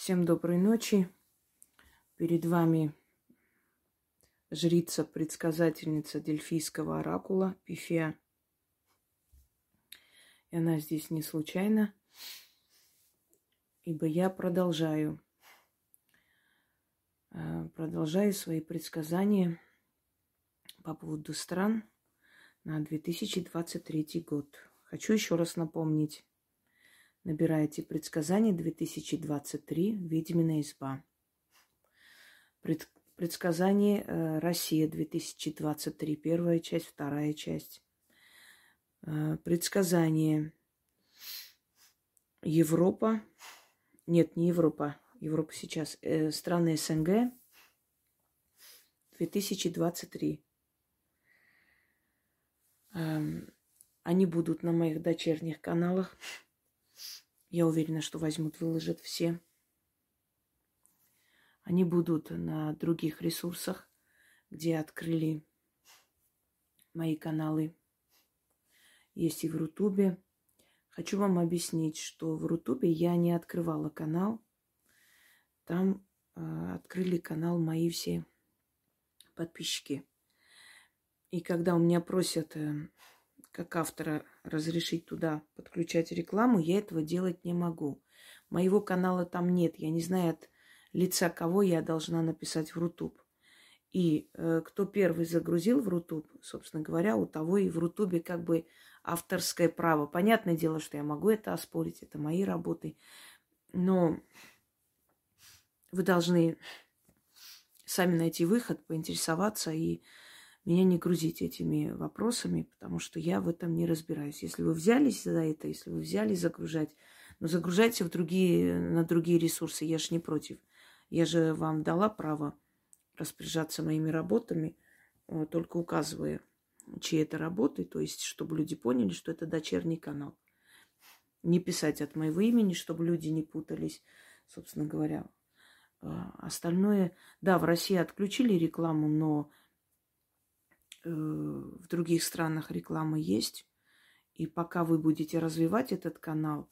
Всем доброй ночи. Перед вами жрица-предсказательница Дельфийского оракула Пифия. И она здесь не случайно, ибо я продолжаю свои предсказания по поводу стран на 2023 год. Хочу еще раз напомнить. Набирайте предсказания 2023 «Ведьмина изба». Предсказание Россия 2023, первая часть, вторая часть. Предсказание Европа. Нет, не Европа. Европа сейчас. Страны СНГ 2023. Они будут на моих дочерних каналах. Я уверена, что возьмут, выложат все. Они будут на других ресурсах, где открыли мои каналы. Есть и в Рутубе. Хочу вам объяснить, что в Рутубе я не открывала канал. Там открыли канал мои все подписчики. И когда у меня просят, как автора, разрешить туда подключать рекламу, я этого делать не могу. Моего канала там нет. Я не знаю, от лица кого я должна написать в Рутуб. И кто первый загрузил в Рутуб, собственно говоря, у того и в Рутубе как бы авторское право. Понятное дело, что я могу это оспорить, это мои работы. Но вы должны сами найти выход, поинтересоваться и меня не грузить этими вопросами, потому что я в этом не разбираюсь. Если вы взялись за это, если вы взяли загружать, но загружайте на другие ресурсы, я же не против. Я же вам дала право распоряжаться моими работами, только указывая, чьи это работы, то есть, чтобы люди поняли, что это дочерний канал. Не писать от моего имени, чтобы люди не путались, собственно говоря. Остальное, да, в России отключили рекламу, но в других странах реклама есть. И пока вы будете развивать этот канал,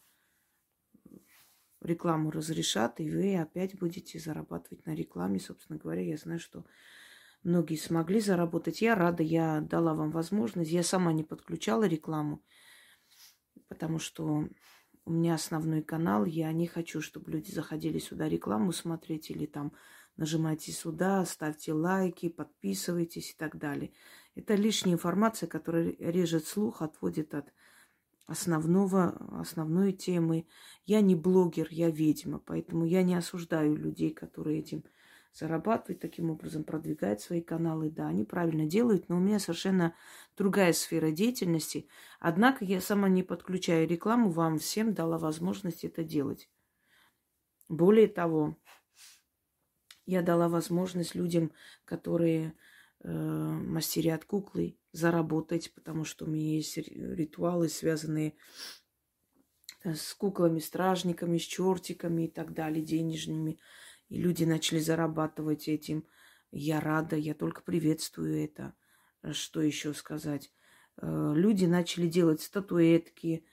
рекламу разрешат, и вы опять будете зарабатывать на рекламе. Собственно говоря, я знаю, что многие смогли заработать. Я рада, я дала вам возможность. Я сама не подключала рекламу, потому что у меня основной канал. Я не хочу, чтобы люди заходили сюда рекламу смотреть или там нажимайте сюда, ставьте лайки, подписывайтесь и так далее. Это лишняя информация, которая режет слух, отводит от основной темы. Я не блогер, я ведьма, поэтому я не осуждаю людей, которые этим зарабатывают, таким образом продвигают свои каналы. Да, они правильно делают, но у меня совершенно другая сфера деятельности. Однако я сама не подключаю рекламу, вам всем дала возможность это делать. Более того, я дала возможность людям, которые мастерят куклы, заработать, потому что у меня есть ритуалы, связанные с куклами, стражниками, с чертиками и так далее, денежными. И люди начали зарабатывать этим. Я рада, я только приветствую это. Что еще сказать? Люди начали делать статуэтки,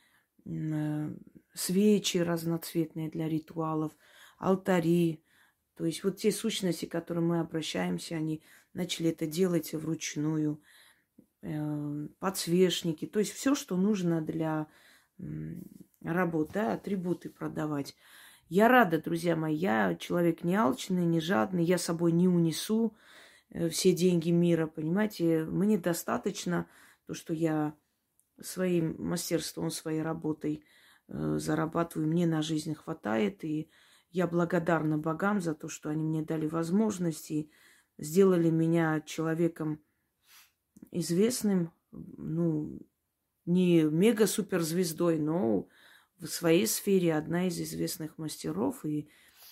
свечи разноцветные для ритуалов, алтари. То есть вот те сущности, к которым мы обращаемся, они начали это делать вручную. Подсвечники. То есть все, что нужно для работы, да, атрибуты продавать. Я рада, друзья мои, я человек не алчный, не жадный, я с собой не унесу все деньги мира, понимаете. Мне достаточно то, что я своим мастерством, своей работой зарабатываю, мне на жизнь хватает, и я благодарна богам за то, что они мне дали возможность и сделали меня человеком известным, ну, не мега-суперзвездой, но в своей сфере одна из известных мастеров. И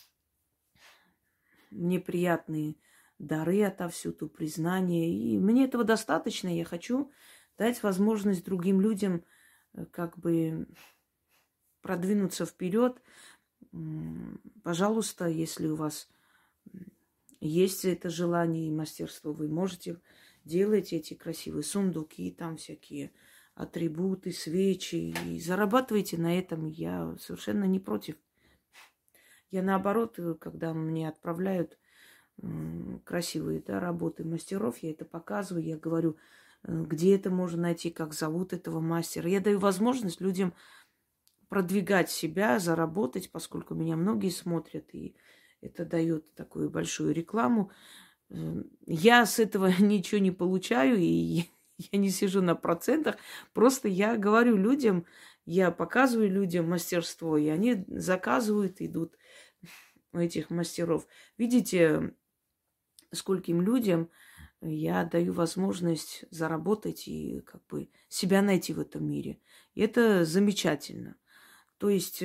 мне приятные дары отовсюду, признания. И мне этого достаточно. Я хочу дать возможность другим людям как бы продвинуться вперед. Пожалуйста, если у вас есть это желание и мастерство, вы можете делать эти красивые сундуки, там всякие атрибуты, свечи, и зарабатывайте на этом. Я совершенно не против. Я наоборот, когда мне отправляют красивые, да, работы мастеров, я это показываю, я говорю, где это можно найти, как зовут этого мастера. Я даю возможность людям продвигать себя, заработать, поскольку меня многие смотрят, и это дает такую большую рекламу. Я с этого ничего не получаю, и я не сижу на процентах. Просто я говорю людям, я показываю людям мастерство, и они заказывают, идут у этих мастеров. Видите, скольким людям я даю возможность заработать и как бы себя найти в этом мире. И это замечательно. То есть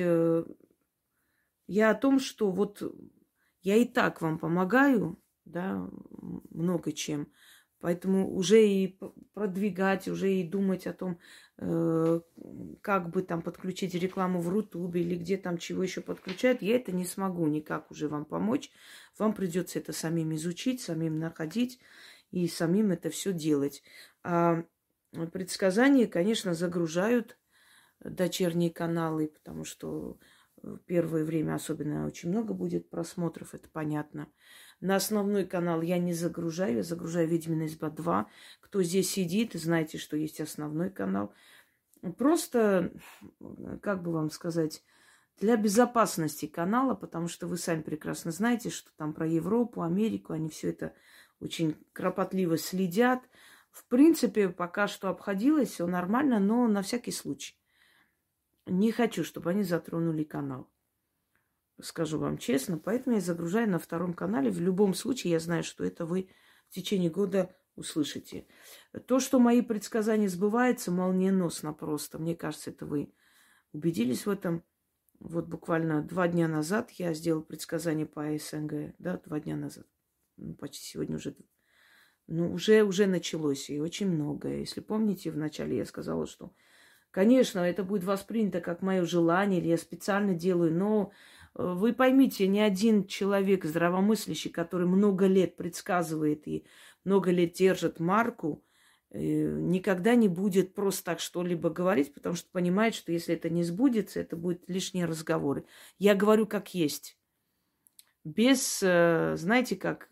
я о том, что вот я и так вам помогаю, да, много чем. Поэтому уже и продвигать, уже и думать о том, как бы там подключить рекламу в Рутубе или где там чего еще подключают, я это не смогу никак уже вам помочь. Вам придется это самим изучить, самим находить и самим это все делать. А предсказания, конечно, загружают дочерние каналы, потому что в первое время особенно очень много будет просмотров, это понятно. На основной канал я не загружаю, я загружаю «Ведьмина изба 2». Кто здесь сидит, знаете, что есть основной канал. Просто, как бы вам сказать, для безопасности канала, потому что вы сами прекрасно знаете, что там про Европу, Америку, они все это очень кропотливо следят. В принципе, пока что обходилось, все нормально, но на всякий случай. Не хочу, чтобы они затронули канал. Скажу вам честно. Поэтому я загружаю на втором канале. В любом случае, я знаю, что это вы в течение года услышите. То, что мои предсказания сбываются, молниеносно просто. Мне кажется, это вы убедились в этом. Вот буквально 2 дня назад я сделала предсказание по СНГ. Да, 2 дня назад. Ну, почти сегодня уже. Ну, уже началось. И очень многое. Если помните, вначале я сказала, что, конечно, это будет воспринято как мое желание, или я специально делаю, но вы поймите, ни один человек здравомыслящий, который много лет предсказывает и много лет держит марку, никогда не будет просто так что-либо говорить, потому что понимает, что если это не сбудется, это будут лишние разговоры. Я говорю как есть. Без, знаете, как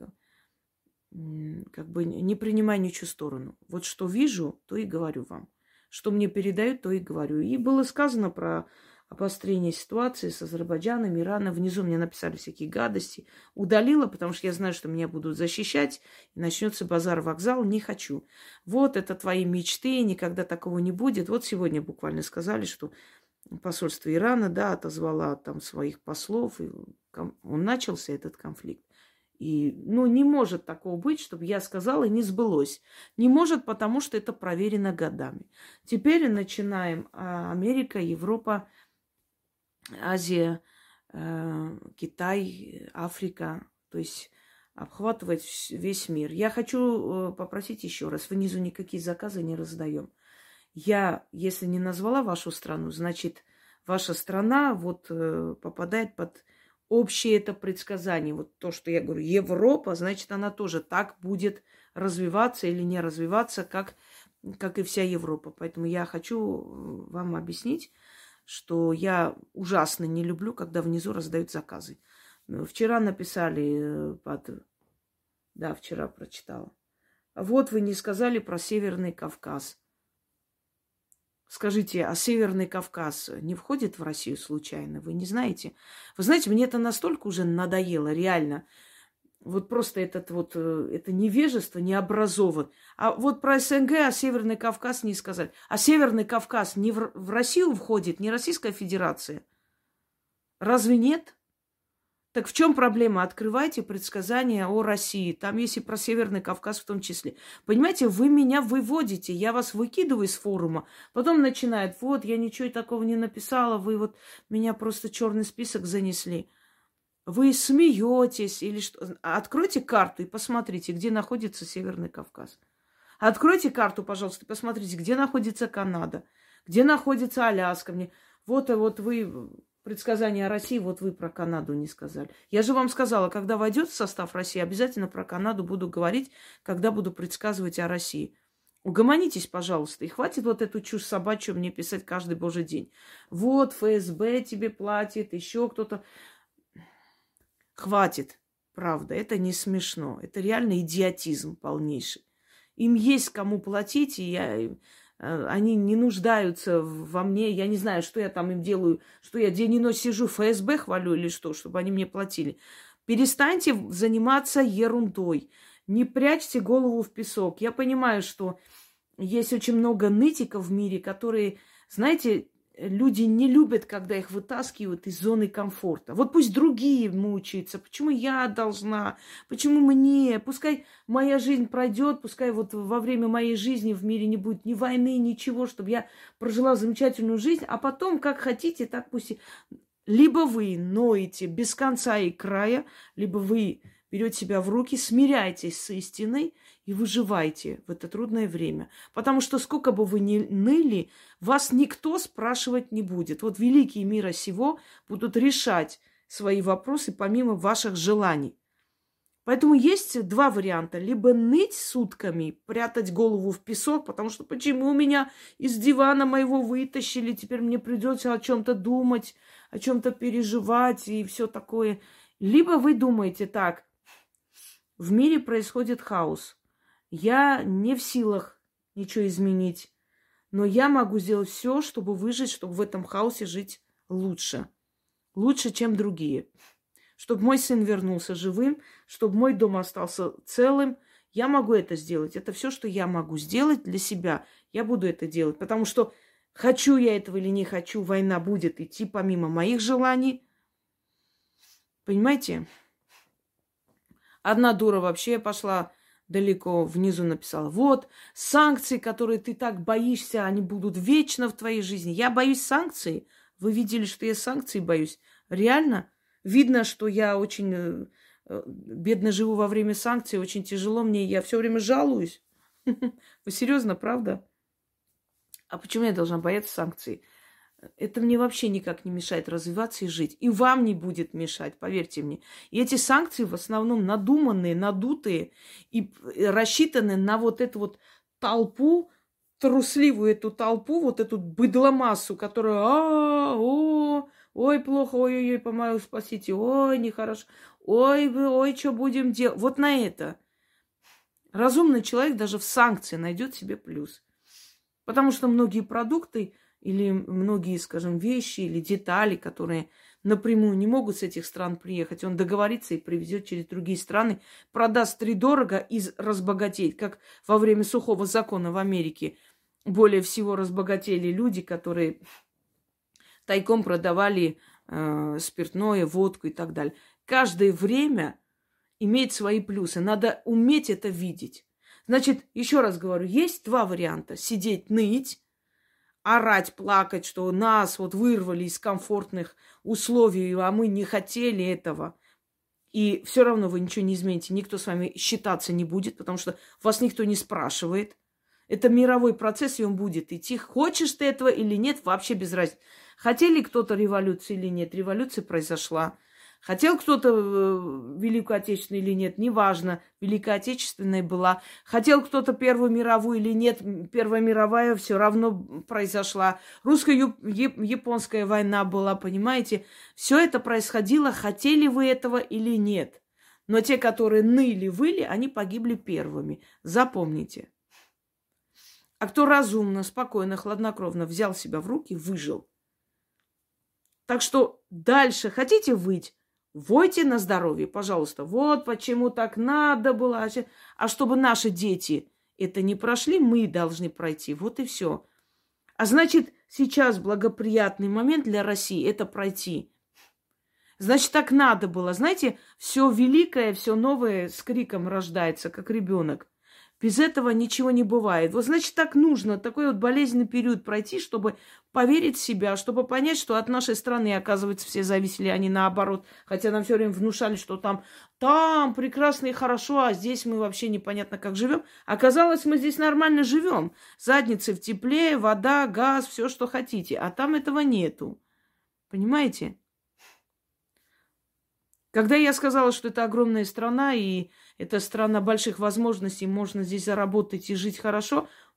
бы не принимая ничью сторону. Вот что вижу, то и говорю вам. Что мне передают, то и говорю. И было сказано про обострение ситуации с Азербайджаном, Ираном. Внизу мне написали всякие гадости. Удалила, потому что я знаю, что меня будут защищать. И начнется базар-вокзал. Не хочу. Вот это твои мечты, никогда такого не будет. Вот сегодня буквально сказали, что посольство Ирана, да, отозвала там своих послов. И он начался, этот конфликт. И, ну, не может такого быть, чтобы я сказала, и не сбылось. Не может, потому что это проверено годами. Теперь начинаем Америка, Европа, Азия, Китай, Африка. То есть обхватывать весь мир. Я хочу попросить еще раз. Внизу никакие заказы не раздаем. Я, если не назвала вашу страну, значит, ваша страна вот попадает под общее это предсказание. Вот то, что я говорю, Европа, значит, она тоже так будет развиваться или не развиваться, как и вся Европа. Поэтому я хочу вам объяснить, что я ужасно не люблю, когда внизу раздают заказы. Вчера написали Да, вчера прочитала. Вот вы не сказали про Северный Кавказ. Скажите, а Северный Кавказ не входит в Россию случайно? Вы не знаете? Вы знаете, мне это настолько уже надоело, реально. Вот просто это невежество, необразован. А вот про СНГ, а Северный Кавказ не сказали. А Северный Кавказ не в Россию входит, не Российская Федерация. Разве нет? Так в чем проблема? Открывайте предсказания о России. Там есть и про Северный Кавказ в том числе. Понимаете, вы меня выводите, я вас выкидываю из форума. Потом начинает, вот, я ничего такого не написала, вы вот меня просто черный список занесли. Вы смеетесь или что? Откройте карту и посмотрите, где находится Северный Кавказ. Откройте карту, пожалуйста, и посмотрите, где находится Канада, где находится Аляска. Вот вы... Предсказание о России, вот вы про Канаду не сказали. Я же вам сказала, когда войдет в состав России, обязательно про Канаду буду говорить, когда буду предсказывать о России. Угомонитесь, пожалуйста, и хватит вот эту чушь собачью мне писать каждый божий день. Вот ФСБ тебе платит, еще кто-то. Хватит, правда, это не смешно. Это реально идиотизм полнейший. Им есть кому платить, и они не нуждаются во мне. Я не знаю, что я там им делаю, что я день и ночь сижу, ФСБ хвалю или что, чтобы они мне платили. Перестаньте заниматься ерундой. Не прячьте голову в песок. Я понимаю, что есть очень много нытиков в мире, которые, знаете, люди не любят, когда их вытаскивают из зоны комфорта. Вот пусть другие мучаются. Почему я должна? Почему мне? Пускай моя жизнь пройдет, пускай вот во время моей жизни в мире не будет ни войны, ничего, чтобы я прожила замечательную жизнь, а потом, как хотите, так пусть... Либо вы ноете без конца и края, либо вы берете себя в руки, смиряйтесь с истиной и выживайте в это трудное время. Потому что сколько бы вы ни ныли, вас никто спрашивать не будет. Вот великие мира сего будут решать свои вопросы помимо ваших желаний. Поэтому есть два варианта. Либо ныть сутками, прятать голову в песок, потому что почему меня из дивана моего вытащили, теперь мне придется о чем-то думать, о чем-то переживать и все такое. Либо вы думаете так, в мире происходит хаос. Я не в силах ничего изменить, но я могу сделать все, чтобы выжить, чтобы в этом хаосе жить лучше. Лучше, чем другие. Чтобы мой сын вернулся живым, чтобы мой дом остался целым. Я могу это сделать. Это все, что я могу сделать для себя. Я буду это делать, потому что хочу я этого или не хочу, война будет идти помимо моих желаний. Понимаете? Одна дура вообще пошла далеко внизу, написала: вот, санкции, которые ты так боишься, они будут вечно в твоей жизни. Я боюсь санкций. Вы видели, что я санкций боюсь? Реально? Видно, что я очень бедно живу во время санкций, очень тяжело мне, я все время жалуюсь. Вы серьезно, правда? А почему я должна бояться санкций? Это мне вообще никак не мешает развиваться и жить. И вам не будет мешать, поверьте мне. И эти санкции в основном надуманные, надутые и рассчитаны на вот эту вот толпу, трусливую эту толпу, вот эту быдломассу, которая ой, плохо, ой-ой-ой, помогу, спасите, ой, нехорошо, ой, что будем делать? Вот на это. Разумный человек даже в санкции найдет себе плюс. Потому что многие продукты или многие, скажем, вещи или детали, которые напрямую не могут с этих стран приехать, он договорится и привезет через другие страны, продаст втридорого и разбогатеет, как во время сухого закона в Америке. Более всего разбогатели люди, которые тайком продавали спиртное, водку и так далее. Каждое время имеет свои плюсы. Надо уметь это видеть. Значит, еще раз говорю, есть два варианта. Сидеть, ныть, орать, плакать, что нас вот вырвали из комфортных условий, а мы не хотели этого. И все равно вы ничего не измените. Никто с вами считаться не будет, потому что вас никто не спрашивает. Это мировой процесс, и он будет идти. Хочешь ты этого или нет, вообще без разницы. Хотели кто-то революции или нет, революция произошла. Хотел кто-то Великую Отечественную или нет, неважно, Великая Отечественная была. Хотел кто-то Первую мировую или нет, Первая мировая все равно произошла. Русско-японская война была, понимаете? Все это происходило, хотели вы этого или нет. Но те, которые ныли-выли, они погибли первыми. Запомните. А кто разумно, спокойно, хладнокровно взял себя в руки, выжил. Так что дальше хотите выть? Войте на здоровье, пожалуйста. Вот почему так надо было. А чтобы наши дети это не прошли, мы должны пройти. Вот и все. А значит, сейчас благоприятный момент для России это пройти. Значит, так надо было. Знаете, все великое, все новое с криком рождается, как ребенок. Без этого ничего не бывает. Вот значит, так нужно такой вот болезненный период пройти, чтобы поверить в себя, чтобы понять, что от нашей страны, оказывается, все зависели, а не наоборот. Хотя нам все время внушали, что там прекрасно и хорошо, а здесь мы вообще непонятно как живем. Оказалось, мы здесь нормально живем. Задницы в тепле, вода, газ, все, что хотите. А там этого нету. Понимаете? Когда я сказала, что это огромная страна, и это страна больших возможностей, можно здесь заработать и жить хорошо,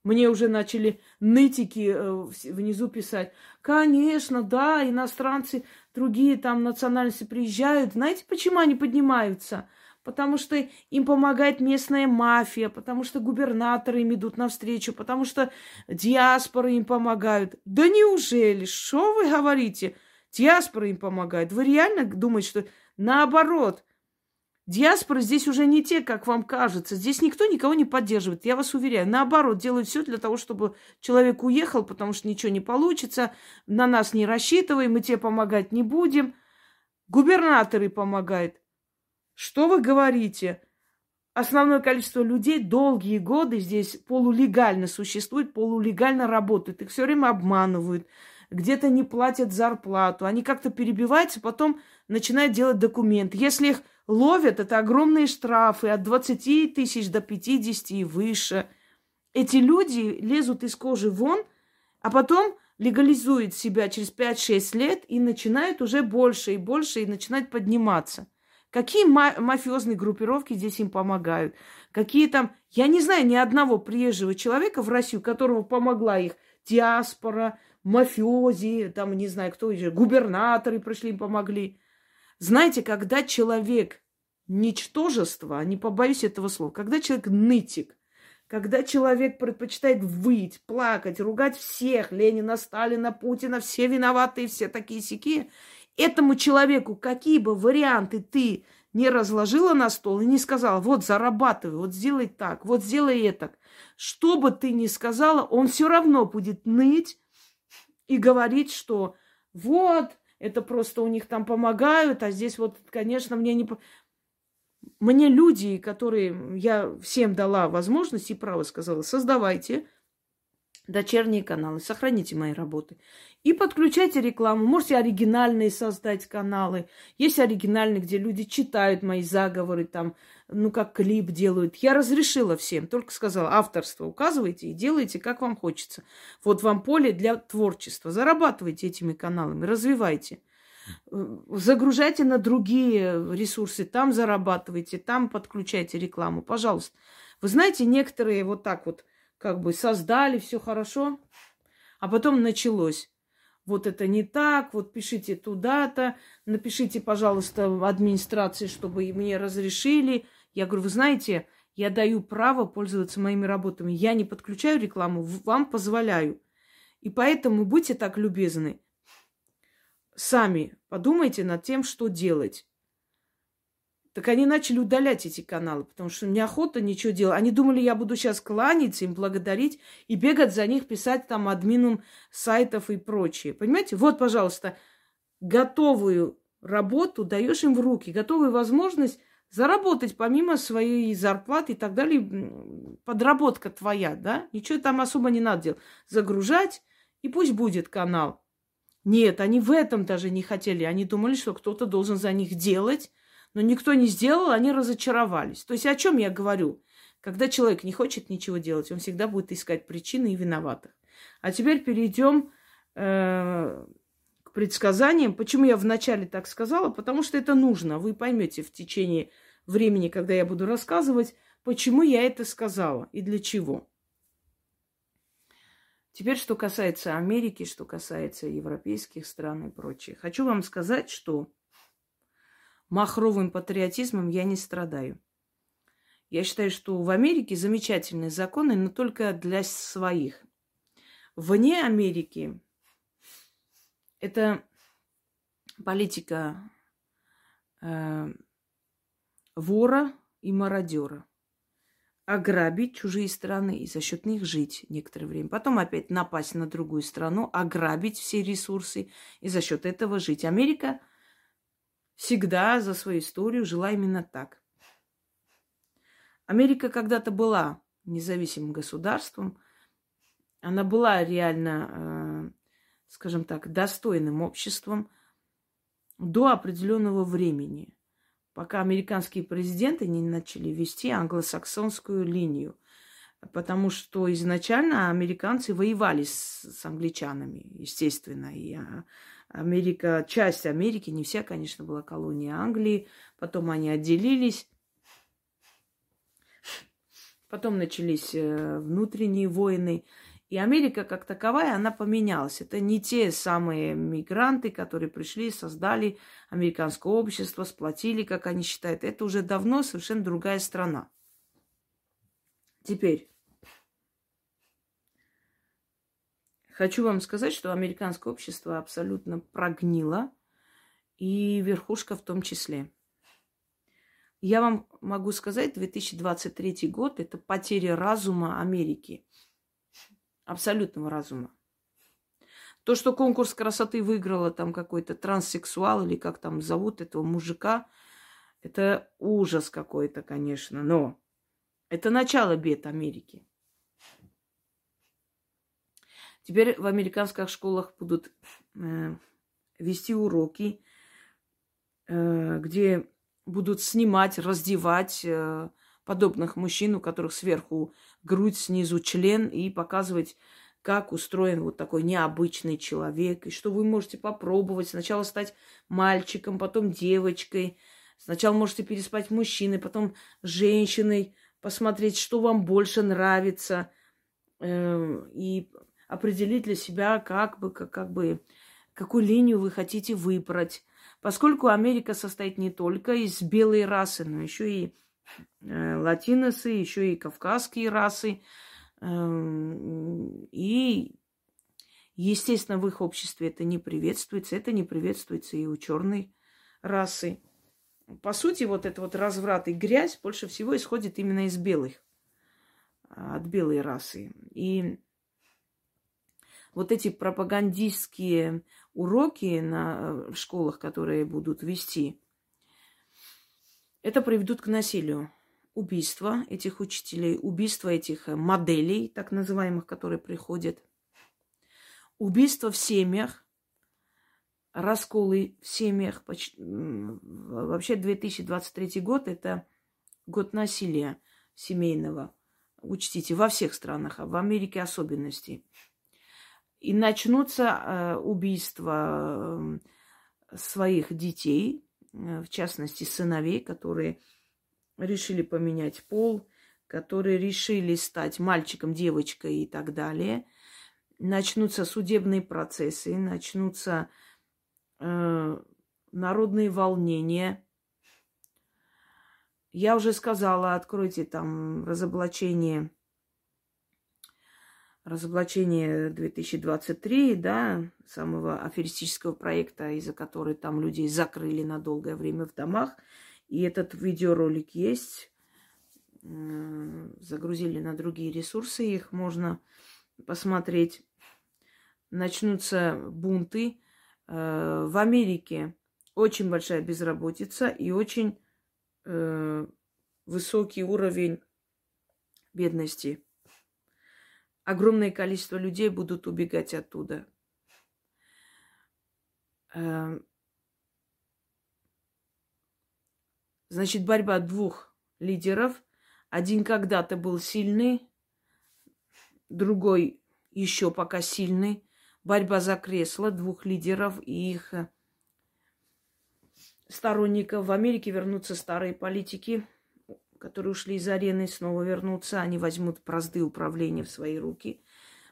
Мне уже начали нытики внизу писать. Конечно, да, иностранцы, другие там национальности приезжают. Знаете, почему они поднимаются? Потому что им помогает местная мафия, потому что губернаторы им идут навстречу, потому что диаспоры им помогают. Да неужели? Что вы говорите? Диаспора им помогает. Вы реально думаете, что наоборот? Диаспоры здесь уже не те, как вам кажется. Здесь никто никого не поддерживает, я вас уверяю. Наоборот, делают все для того, чтобы человек уехал, потому что ничего не получится, на нас не рассчитывай, мы тебе помогать не будем. Губернаторы помогают. Что вы говорите? Основное количество людей долгие годы здесь полулегально существует, полулегально работают. Их все время обманывают, где-то не платят зарплату. Они как-то перебиваются, потом начинают делать документы. Если их ловят, это огромные штрафы от 20 тысяч до 50 и выше. Эти люди лезут из кожи вон, а потом легализуют себя через 5-6 лет и начинают уже больше и больше и начинают подниматься. Какие мафиозные группировки здесь им помогают? Какие там... Я не знаю ни одного приезжего человека в Россию, которого помогла их диаспора, мафиози, там, не знаю, кто еще, губернаторы пришли, им помогли. Знаете, когда человек ничтожество, не побоюсь этого слова, когда человек нытик, когда человек предпочитает выть, плакать, ругать всех, Ленина, Сталина, Путина, все виноваты, все такие-сякие, этому человеку, какие бы варианты ты не разложила на стол и не сказала, вот зарабатывай, вот сделай так, вот сделай это. Что бы ты ни сказала, он все равно будет ныть и говорить, что вот, это просто у них там помогают, а здесь вот, конечно, мне не... Мне люди, которые... Я всем дала возможность и право сказала, создавайте дочерние каналы, сохраните мои работы. И подключайте рекламу. Можете оригинальные создать каналы. Есть оригинальные, где люди читают мои заговоры, там, ну, как клип делают. Я разрешила всем, только сказала, авторство указывайте и делайте, как вам хочется. Вот вам поле для творчества. Зарабатывайте этими каналами, развивайте. Загружайте на другие ресурсы, там зарабатывайте, там подключайте рекламу, пожалуйста. Вы знаете, некоторые вот так вот как бы создали, все хорошо, а потом началось. Вот это не так, вот пишите туда-то, напишите, пожалуйста, в администрации, чтобы мне разрешили. Я говорю, вы знаете, я даю право пользоваться моими работами. Я не подключаю рекламу, вам позволяю. И поэтому будьте так любезны. Сами подумайте над тем, что делать. Так они начали удалять эти каналы, потому что неохота ничего делать. Они думали, я буду сейчас кланяться, им благодарить и бегать за них, писать там админам сайтов и прочее. Понимаете? Вот, пожалуйста, готовую работу даешь им в руки, готовую возможность заработать помимо своей зарплаты и так далее. Подработка твоя, да? Ничего там особо не надо делать. Загружать, и пусть будет канал. Нет, они в этом даже не хотели. Они думали, что кто-то должен за них делать, но никто не сделал, они разочаровались. То есть о чем я говорю? Когда человек не хочет ничего делать, он всегда будет искать причины и виноватых. А теперь перейдем к предсказаниям. Почему я вначале так сказала? Потому что это нужно. Вы поймете в течение времени, когда я буду рассказывать, почему я это сказала и для чего. Теперь, что касается Америки, что касается европейских стран и прочее. Хочу вам сказать, что махровым патриотизмом я не страдаю. Я считаю, что в Америке замечательные законы, но только для своих. Вне Америки это политика вора и мародера. Ограбить чужие страны и за счет них жить некоторое время. Потом опять напасть на другую страну, ограбить все ресурсы и за счет этого жить. Америка всегда за свою историю жила именно так. Америка когда-то была независимым государством. Она была реально, скажем так, достойным обществом до определенного времени, пока американские президенты не начали вести англосаксонскую линию. Потому что изначально американцы воевали с англичанами, естественно. И Америка, часть Америки, не вся, конечно, была колония Англии. Потом они отделились. Потом начались внутренние войны. И Америка как таковая, она поменялась. Это не те самые мигранты, которые пришли, создали американское общество, сплотили, как они считают. Это уже давно совершенно другая страна. Теперь хочу вам сказать, что американское общество абсолютно прогнило, и верхушка в том числе. Я вам могу сказать, 2023 год – это потеря разума Америки. Абсолютного разума. То, что конкурс красоты выиграла там какой-то транссексуал, или как там зовут этого мужика, это ужас какой-то, конечно. Но это начало бед Америки. Теперь в американских школах будут вести уроки, где будут снимать, раздевать подобных мужчин, у которых сверху грудь, снизу член, и показывать, как устроен вот такой необычный человек, и что вы можете попробовать. Сначала стать мальчиком, потом девочкой. Сначала можете переспать мужчиной, потом женщиной, посмотреть, что вам больше нравится, и определить для себя, какую линию вы хотите выбрать. Поскольку Америка состоит не только из белой расы, но еще и латиносы, еще и кавказские расы. И, естественно, в их обществе это не приветствуется. Это не приветствуется и у черной расы. По сути, вот этот вот разврат и грязь больше всего исходит именно из белых, от белой расы. И вот эти пропагандистские уроки в школах, которые будут вести, это приведут к насилию. Убийство этих учителей, убийство этих моделей, так называемых, которые приходят. Убийство в семьях, расколы в семьях. Вообще 2023 год – это год насилия семейного. Учтите, во всех странах, а в Америке особенности. И начнутся убийства своих детей, в частности, сыновей, которые решили поменять пол, которые решили стать мальчиком, девочкой и так далее. Начнутся судебные процессы, начнутся народные волнения. Я уже сказала, откройте там разоблачение 2023, да, самого аферистического проекта, из-за которого там людей закрыли на долгое время в домах. И этот видеоролик есть. Загрузили на другие ресурсы, их можно посмотреть. Начнутся бунты. В Америке очень большая безработица и очень высокий уровень бедности. Огромное количество людей будут убегать оттуда. Значит, борьба двух лидеров. Один когда-то был сильный, другой еще пока сильный. Борьба за кресло двух лидеров и их сторонников. В Америке вернутся старые политики, которые ушли из арены, снова вернутся. Они возьмут бразды управления в свои руки.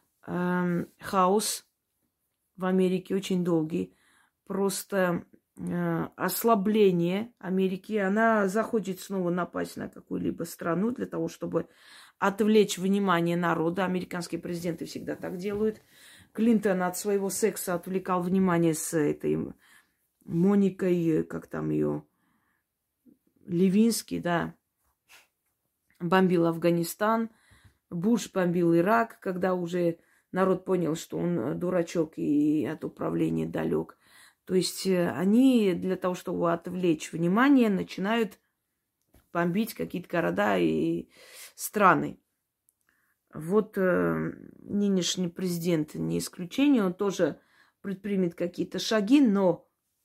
Хаос в Америке очень долгий. Просто ослабление Америки. Она захочет снова напасть на какую-либо страну для того, чтобы отвлечь внимание народа. Американские президенты всегда так делают. Клинтон от своего секса отвлекал внимание с этой Моникой, как там ее, Левинский, да, бомбил Афганистан. Буш бомбил Ирак, когда уже народ понял, что он дурачок и от управления далек. То есть они для того, чтобы отвлечь внимание, начинают бомбить какие-то города и страны. Вот нынешний президент не исключение, он тоже предпримет какие-то шаги, но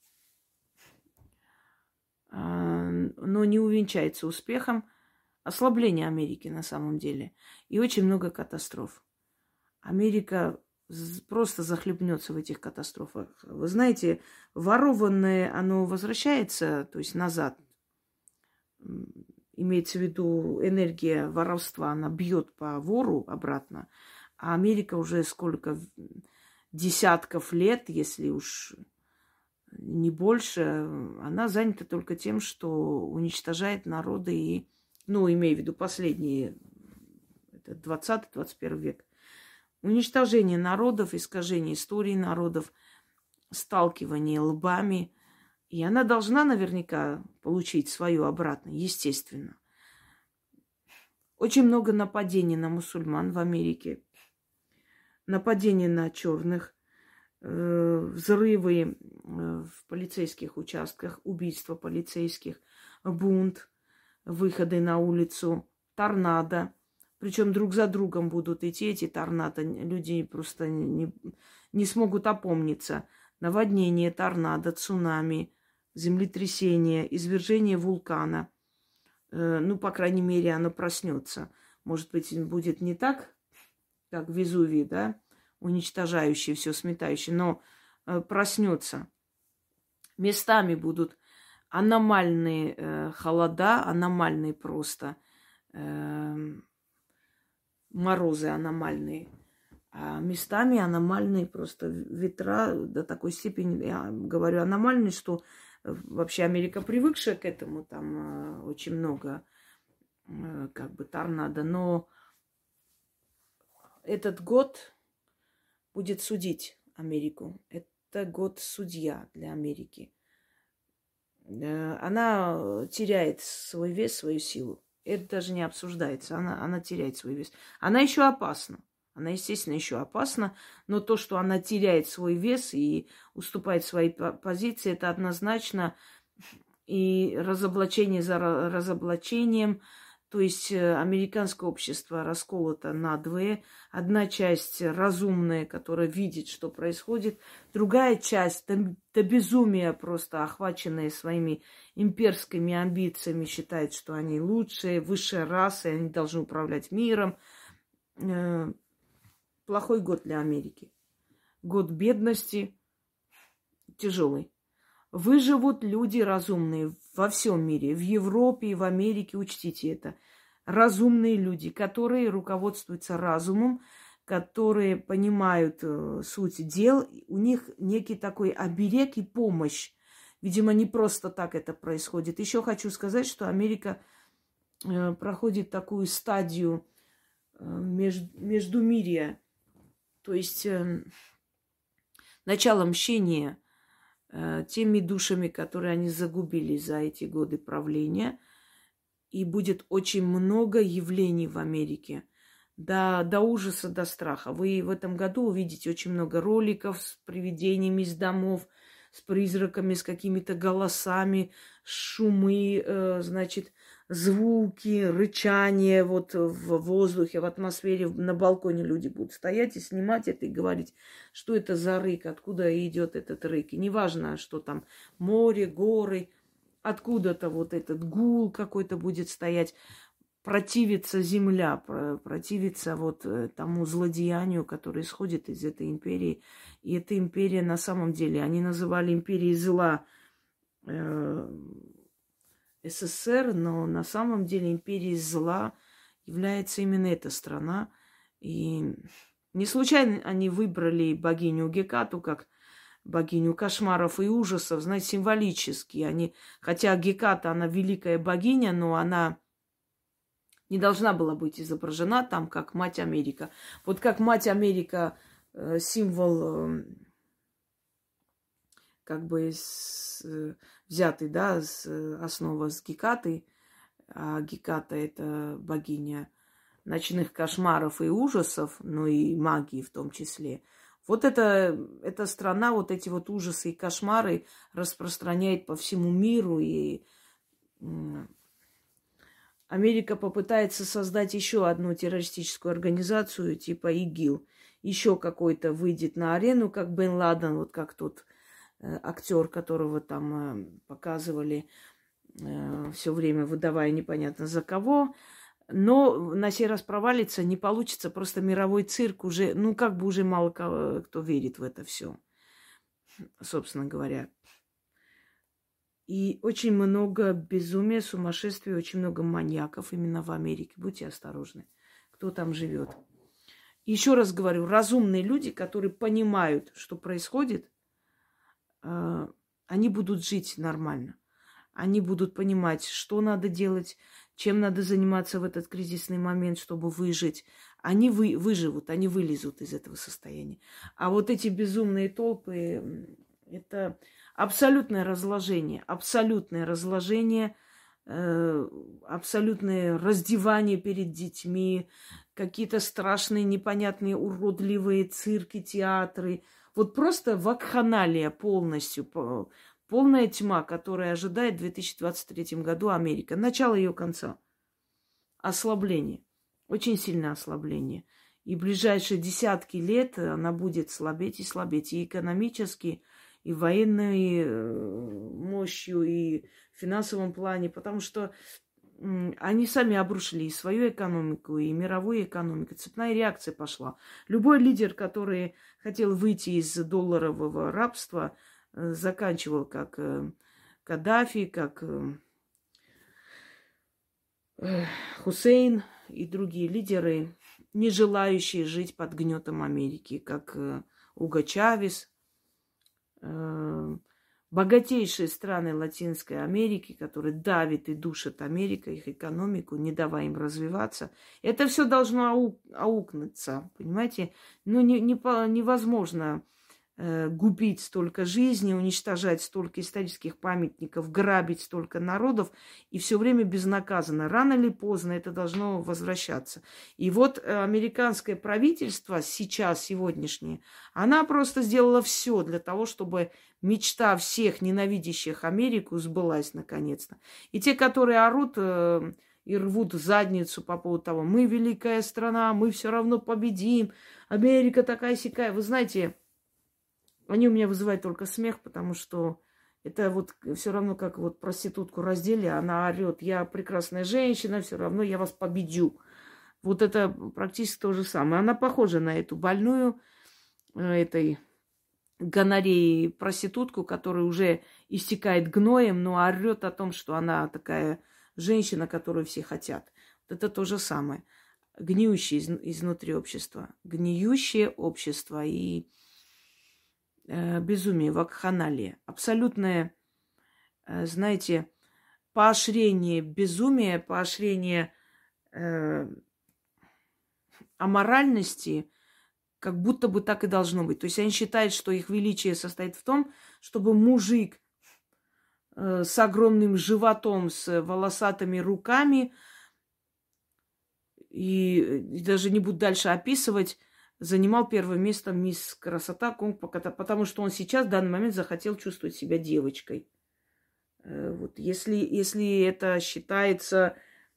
не увенчается успехом. Ослабление Америки на самом деле. И очень много катастроф. Америка просто захлебнется в этих катастрофах. Вы знаете, ворованное, оно возвращается, то есть назад. имеется в виду энергия воровства, она бьет по вору обратно. А Америка уже сколько десятков лет, если уж не больше, она занята только тем, что уничтожает народы и, ну, имея в виду последние, это 20-21 век, уничтожение народов, искажение истории народов, сталкивание лбами. И она должна наверняка получить свое обратно, естественно. Очень много нападений на мусульман в Америке, нападений на черных, взрывы в полицейских участках, убийства полицейских, бунт, выходы на улицу, торнадо. Причем друг за другом будут идти эти торнадо. Люди просто не смогут опомниться. Наводнение, торнадо, цунами, землетрясение, извержение вулкана. Ну, по крайней мере, оно проснется. Может быть, будет не так, как Везувий, да, уничтожающий, все сметающий, но проснется. Местами будут аномальные холода, аномальные просто морозы аномальные. А местами аномальные просто ветра до такой степени, я говорю, аномальные, что вообще Америка привыкшая к этому, там очень много как бы торнадо. Но этот год будет судить Америку. Это год судья для Америки. Она теряет свой вес, свою силу. Это даже не обсуждается. Она теряет свой вес. Она еще опасна. Она, естественно, еще опасна. Но то, что она теряет свой вес и уступает своей позиции, это однозначно и разоблачение за разоблачением. То есть американское общество расколото надвое. Одна часть разумная, которая видит, что происходит. Другая часть до безумия просто охваченная своими имперскими амбициями, считает, что они лучшие, высшая раса, и они должны управлять миром. Плохой год для Америки. Год бедности, тяжелый. Выживут люди разумные во всем мире, в Европе и в Америке, учтите это. Разумные люди, которые руководствуются разумом, которые понимают суть дел, у них некий такой оберег и помощь. Видимо, не просто так это происходит. Еще хочу сказать, что Америка проходит такую стадию междумирия, то есть начало мщения теми душами, которые они загубили за эти годы правления. И будет очень много явлений в Америке. До ужаса, до страха. Вы в этом году увидите очень много роликов с привидениями из домов, с призраками, с какими-то голосами, шумы, значит, звуки, рычание вот в воздухе, в атмосфере. На балконе люди будут стоять и снимать это и говорить, что это за рык, откуда идет этот рык. И неважно, что там море, горы, откуда-то вот этот гул какой-то будет стоять. Противится земля, противится вот тому злодеянию, которое исходит из этой империи. И эта империя на самом деле, они называли империей зла СССР, но на самом деле империей зла является именно эта страна. И не случайно они выбрали богиню Гекату как богиню кошмаров и ужасов, знаете, символически. Хотя Геката, она великая богиня, но она не должна была быть изображена там как Мать Америка. Вот как Мать Америка символ как бы взятый, да, основа с Гекатой. А Геката – это богиня ночных кошмаров и ужасов, ну и магии в том числе. Вот эта страна, вот эти вот ужасы и кошмары распространяет по всему миру. И Америка попытается создать еще одну террористическую организацию типа ИГИЛ. Еще какой-то выйдет на арену, как Бен Ладен, вот как тот актер, которого там показывали все время, выдавая непонятно за кого. Но на сей раз провалится, не получится. Просто мировой цирк уже, ну как бы уже мало кто верит в это все, собственно говоря. И очень много безумия, сумасшествия, очень много маньяков именно в Америке. Будьте осторожны, кто там живет. Еще раз говорю, разумные люди, которые понимают, что происходит, они будут жить нормально. Они будут понимать, что надо делать, чем надо заниматься в этот кризисный момент, чтобы выжить. Они выживут, они вылезут из этого состояния. А вот эти безумные толпы, это абсолютное разложение, абсолютное раздевание перед детьми, какие-то страшные, непонятные, уродливые цирки, театры. Вот просто вакханалия полностью, полная тьма, которая ожидает в 2023 году Америка. Начало ее конца. Ослабление. Очень сильное ослабление. И в ближайшие десятки лет она будет слабеть и слабеть. И экономически, и военной мощью, и в финансовом плане. Потому что они сами обрушили и свою экономику, и мировую экономику. Цепная реакция пошла. Любой лидер, который хотел выйти из долларового рабства, заканчивал как Каддафи, как Хусейн и другие лидеры, не желающие жить под гнетом Америки, как Уго Чавес. Богатейшие страны Латинской Америки, которые давят и душат Америку, их экономику, не давая им развиваться. Это все должно аукнуться, понимаете? Ну, невозможно губить столько жизней, уничтожать столько исторических памятников, грабить столько народов и все время безнаказанно. Рано или поздно это должно возвращаться. И вот американское правительство сейчас, сегодняшнее, она просто сделала все для того, чтобы мечта всех ненавидящих Америку сбылась наконец-то. И те, которые орут и рвут задницу по поводу того, мы великая страна, мы все равно победим, Америка такая-сякая. Вы знаете, они у меня вызывают только смех, потому что это вот все равно, как вот проститутку раздели, она орет, я прекрасная женщина, все равно я вас победю. Вот это практически то же самое. Она похожа на эту больную, этой гонореей проститутку, которая уже истекает гноем, но орет о том, что она такая женщина, которую все хотят. Вот это то же самое. Гниющее изнутри общества. Гниющее общество и безумие, вакханалия. Абсолютное, знаете, поощрение безумия, поощрение аморальности, как будто бы так и должно быть. То есть они считают, что их величие состоит в том, чтобы мужик с огромным животом, с волосатыми руками, и даже не буду дальше описывать, занимал первое место мисс Красота Конг, потому что он сейчас в данный момент захотел чувствовать себя девочкой. Вот, если это считается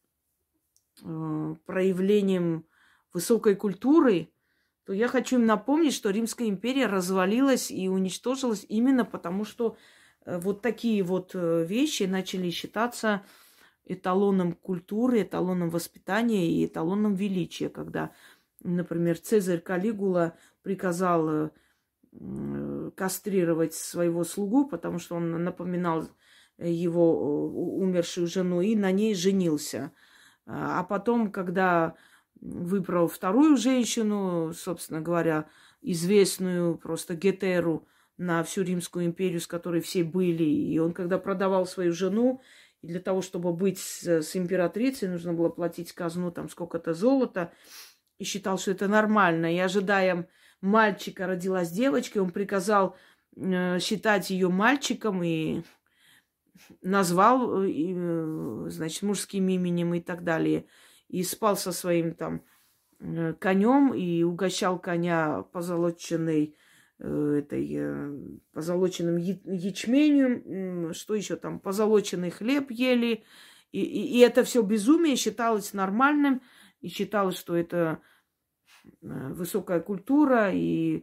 проявлением высокой культуры, то я хочу им напомнить, что Римская империя развалилась и уничтожилась именно потому, что вот такие вот вещи начали считаться эталоном культуры, эталоном воспитания и эталоном величия, когда, например, Цезарь Калигула приказал кастрировать своего слугу, потому что он напоминал его умершую жену и на ней женился. А потом, когда выбрал вторую женщину, собственно говоря, известную просто Гетеру на всю Римскую империю, с которой все были, и он, когда продавал свою жену, и для того, чтобы быть с императрицей, нужно было платить казну там сколько-то золота, и считал, что это нормально. И ожидая мальчика, родилась девочка, он приказал считать ее мальчиком и назвал, значит, мужским именем и так далее. И спал со своим там конем и угощал коня позолоченной позолоченным ячменем, что еще там, позолоченный хлеб ели. И это все безумие считалось нормальным, и считалось, что это высокая культура и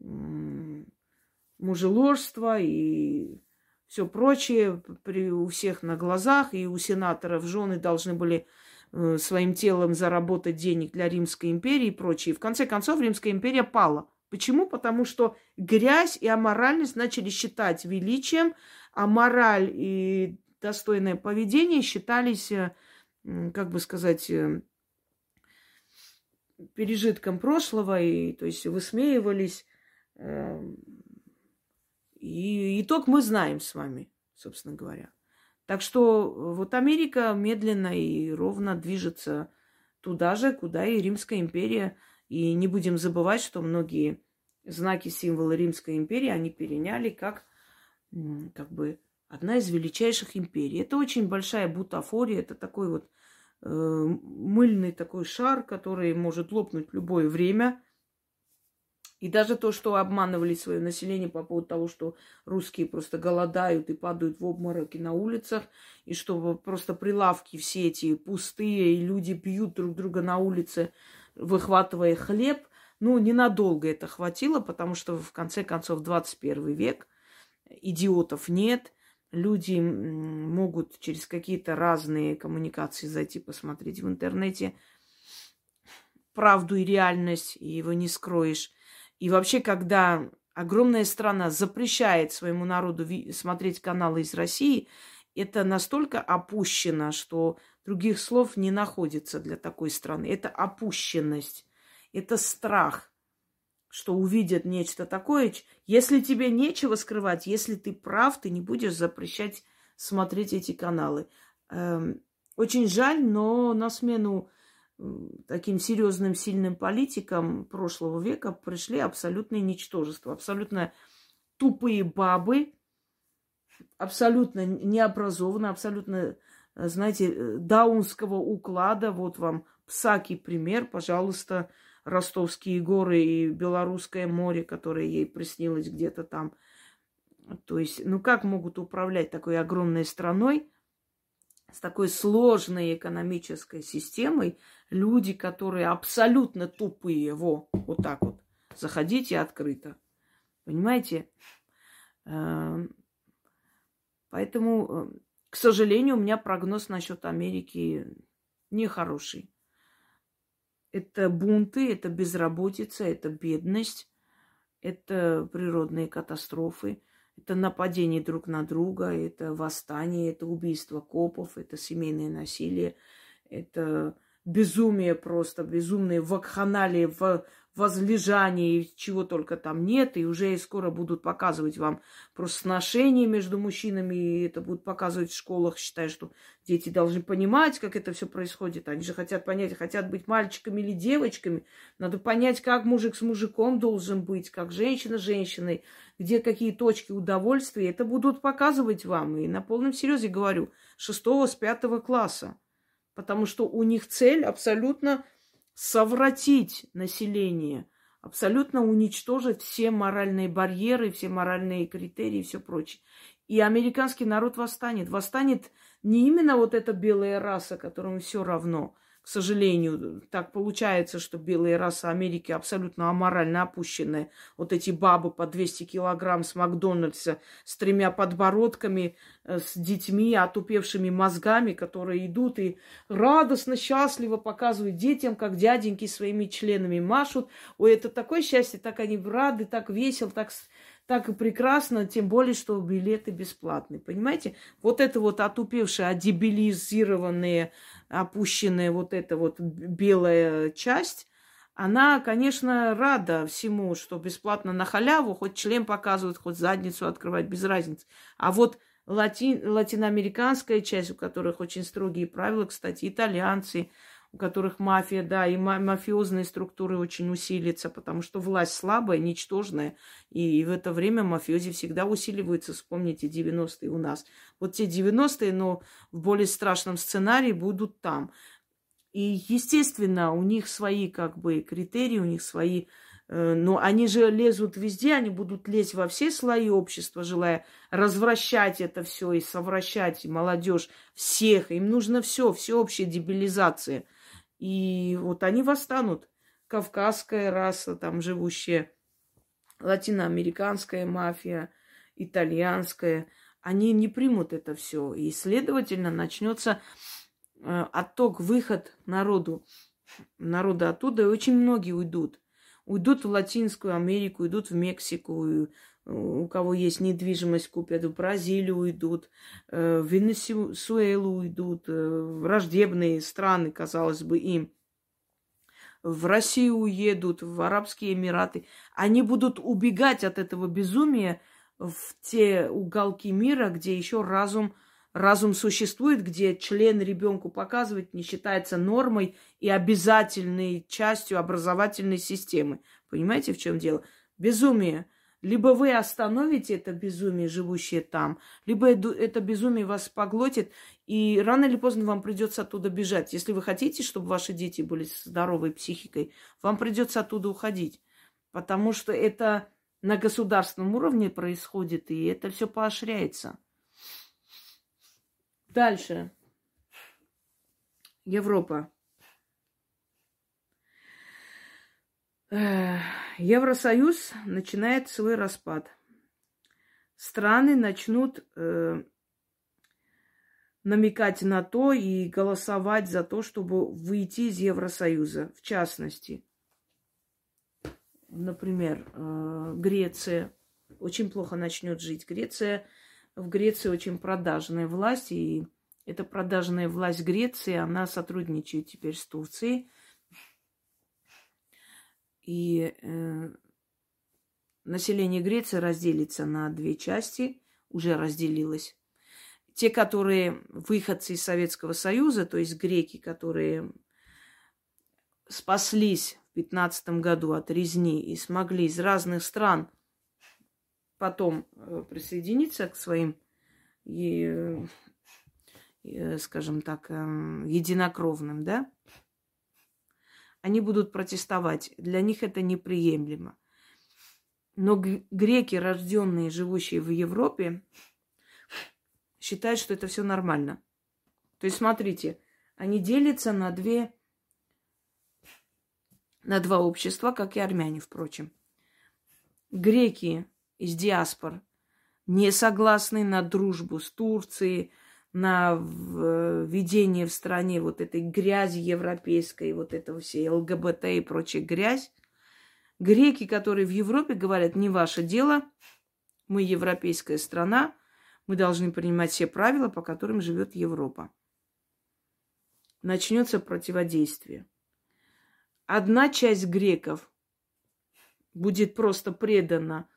мужеложство, и все прочее у всех на глазах, и у сенаторов жены должны были своим телом заработать денег для Римской империи и прочее. И в конце концов Римская империя пала. Почему? Потому что грязь и аморальность начали считать величием, а мораль и достойное поведение считались, как бы сказать, пережитком прошлого, и, то есть, высмеивались. И итог мы знаем с вами, собственно говоря. Так что вот Америка медленно и ровно движется туда же, куда и Римская империя. И не будем забывать, что многие знаки, символы Римской империи они переняли как бы одна из величайших империй. Это очень большая бутафория, это такой вот мыльный такой шар, который может лопнуть в любое время. И даже то, что обманывали свое население по поводу того, что русские просто голодают и падают в обмороки на улицах, и что просто прилавки все эти пустые, и люди бьют друг друга на улице, выхватывая хлеб. Ну, ненадолго это хватило, потому что, в конце концов, 21 век, идиотов нет, люди могут через какие-то разные коммуникации зайти посмотреть в интернете правду и реальность, и его не скроешь. И вообще, когда огромная страна запрещает своему народу смотреть каналы из России, это настолько опущено, что других слов не находится для такой страны. Это опущенность, это страх, что увидят нечто такое. Если тебе нечего скрывать, если ты прав, ты не будешь запрещать смотреть эти каналы. Очень жаль, но на смену таким серьезным, сильным политикам прошлого века пришли абсолютные ничтожества, абсолютно тупые бабы, абсолютно необразованные, абсолютно, знаете, даунского уклада. Вот вам Псаки пример, пожалуйста, Ростовские горы и Белорусское море, которое ей приснилось где-то там. То есть, ну как могут управлять такой огромной страной, с такой сложной экономической системой, люди, которые абсолютно тупые, вот так вот, заходите открыто. Понимаете? Поэтому, к сожалению, у меня прогноз насчет Америки нехороший. Это бунты, это безработица, это бедность, это природные катастрофы. Это нападение друг на друга, это восстание, это убийство копов, это семейное насилие, это безумие просто, безумные вакханалии, возлежание, чего только там нет. И уже скоро будут показывать вам просто сношения между мужчинами, и это будут показывать в школах, считая, что дети должны понимать, как это все происходит. Они же хотят понять, хотят быть мальчиками или девочками. Надо понять, как мужик с мужиком должен быть, как женщина с женщиной, где какие точки удовольствия. Это будут показывать вам. И на полном серьезе говорю, 6-5 класса. Потому что у них цель абсолютно совратить население, абсолютно уничтожить все моральные барьеры, все моральные критерии и все прочее. И американский народ восстанет. Восстанет не именно вот эта белая раса, которому все равно. К сожалению, так получается, что белая раса Америки абсолютно аморально опущенная. Вот эти бабы по 200 килограмм с Макдональдса, с 3 подбородками, с детьми, отупевшими мозгами, которые идут и радостно, счастливо показывают детям, как дяденьки своими членами машут. Ой, это такое счастье, так они рады, так весело, так и прекрасно, тем более, что билеты бесплатные. Понимаете? Вот это вот отупевшие, одебилизированные, опущенная вот эта вот белая часть, она, конечно, рада всему, что бесплатно на халяву, хоть член показывают, хоть задницу открывать, без разницы. А вот латиноамериканская часть, у которых очень строгие правила, кстати, итальянцы, у которых мафия, да, и мафиозные структуры очень усилятся, потому что власть слабая, ничтожная, и в это время мафиози всегда усиливаются. Вспомните 90-е у нас. Вот те 90-е, но в более страшном сценарии будут там. И, естественно, у них свои как бы критерии, у них свои... Но они же лезут везде, они будут лезть во все слои общества, желая развращать это все и совращать молодежь всех. Им нужно все, всеобщая дебилизация. И вот они восстанут. Кавказская раса, там живущая, латиноамериканская мафия, итальянская. Они не примут это все. И, следовательно, начнется отток, выход народа оттуда. И очень многие уйдут. Уйдут в Латинскую Америку, уйдут в Мексику, у кого есть недвижимость, купят, в Бразилию уйдут, в Венесуэлу уйдут, в враждебные страны, казалось бы, им. В Россию уедут, в Арабские Эмираты. Они будут убегать от этого безумия в те уголки мира, где еще разум существует, где член ребенку показывать не считается нормой и обязательной частью образовательной системы. Понимаете, в чем дело? Безумие. Либо вы остановите это безумие, живущее там, либо это безумие вас поглотит, и рано или поздно вам придется оттуда бежать. Если вы хотите, чтобы ваши дети были здоровой психикой, вам придется оттуда уходить. Потому что это на государственном уровне происходит, и это все поощряется. Дальше. Европа. Евросоюз начинает свой распад. Страны начнут намекать на то и голосовать за то, чтобы выйти из Евросоюза. В частности, например, Греция очень плохо начнет жить. В Греции очень продажная власть, и эта продажная власть Греции, она сотрудничает теперь с Турцией. И население Греции разделится на две части, уже разделилось. Те, которые выходцы из Советского Союза, то есть греки, которые спаслись в 15 году от резни и смогли из разных стран потом присоединиться к своим, скажем так, единокровным, да, они будут протестовать. Для них это неприемлемо. Но греки, рожденные, живущие в Европе, считают, что это все нормально. То есть, смотрите, они делятся на два общества, как и армяне, впрочем. Греки из диаспор не согласны на дружбу с Турцией, на введение в стране вот этой грязи европейской, вот этого всей ЛГБТ и прочая грязь. Греки, которые в Европе, говорят, не ваше дело, мы европейская страна, мы должны принимать все правила, по которым живет Европа. Начнется противодействие. Одна часть греков будет просто предана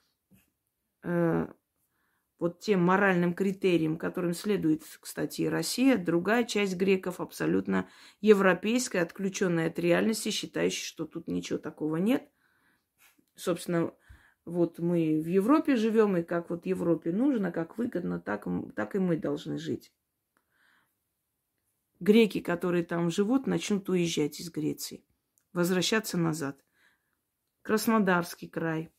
вот тем моральным критериям, которым следует, кстати, и Россия. Другая часть греков абсолютно европейская, отключенная от реальности, считающая, что тут ничего такого нет. Собственно, вот мы в Европе живем, и как вот Европе нужно, как выгодно, так и мы должны жить. Греки, которые там живут, начнут уезжать из Греции, возвращаться назад. Краснодарский край.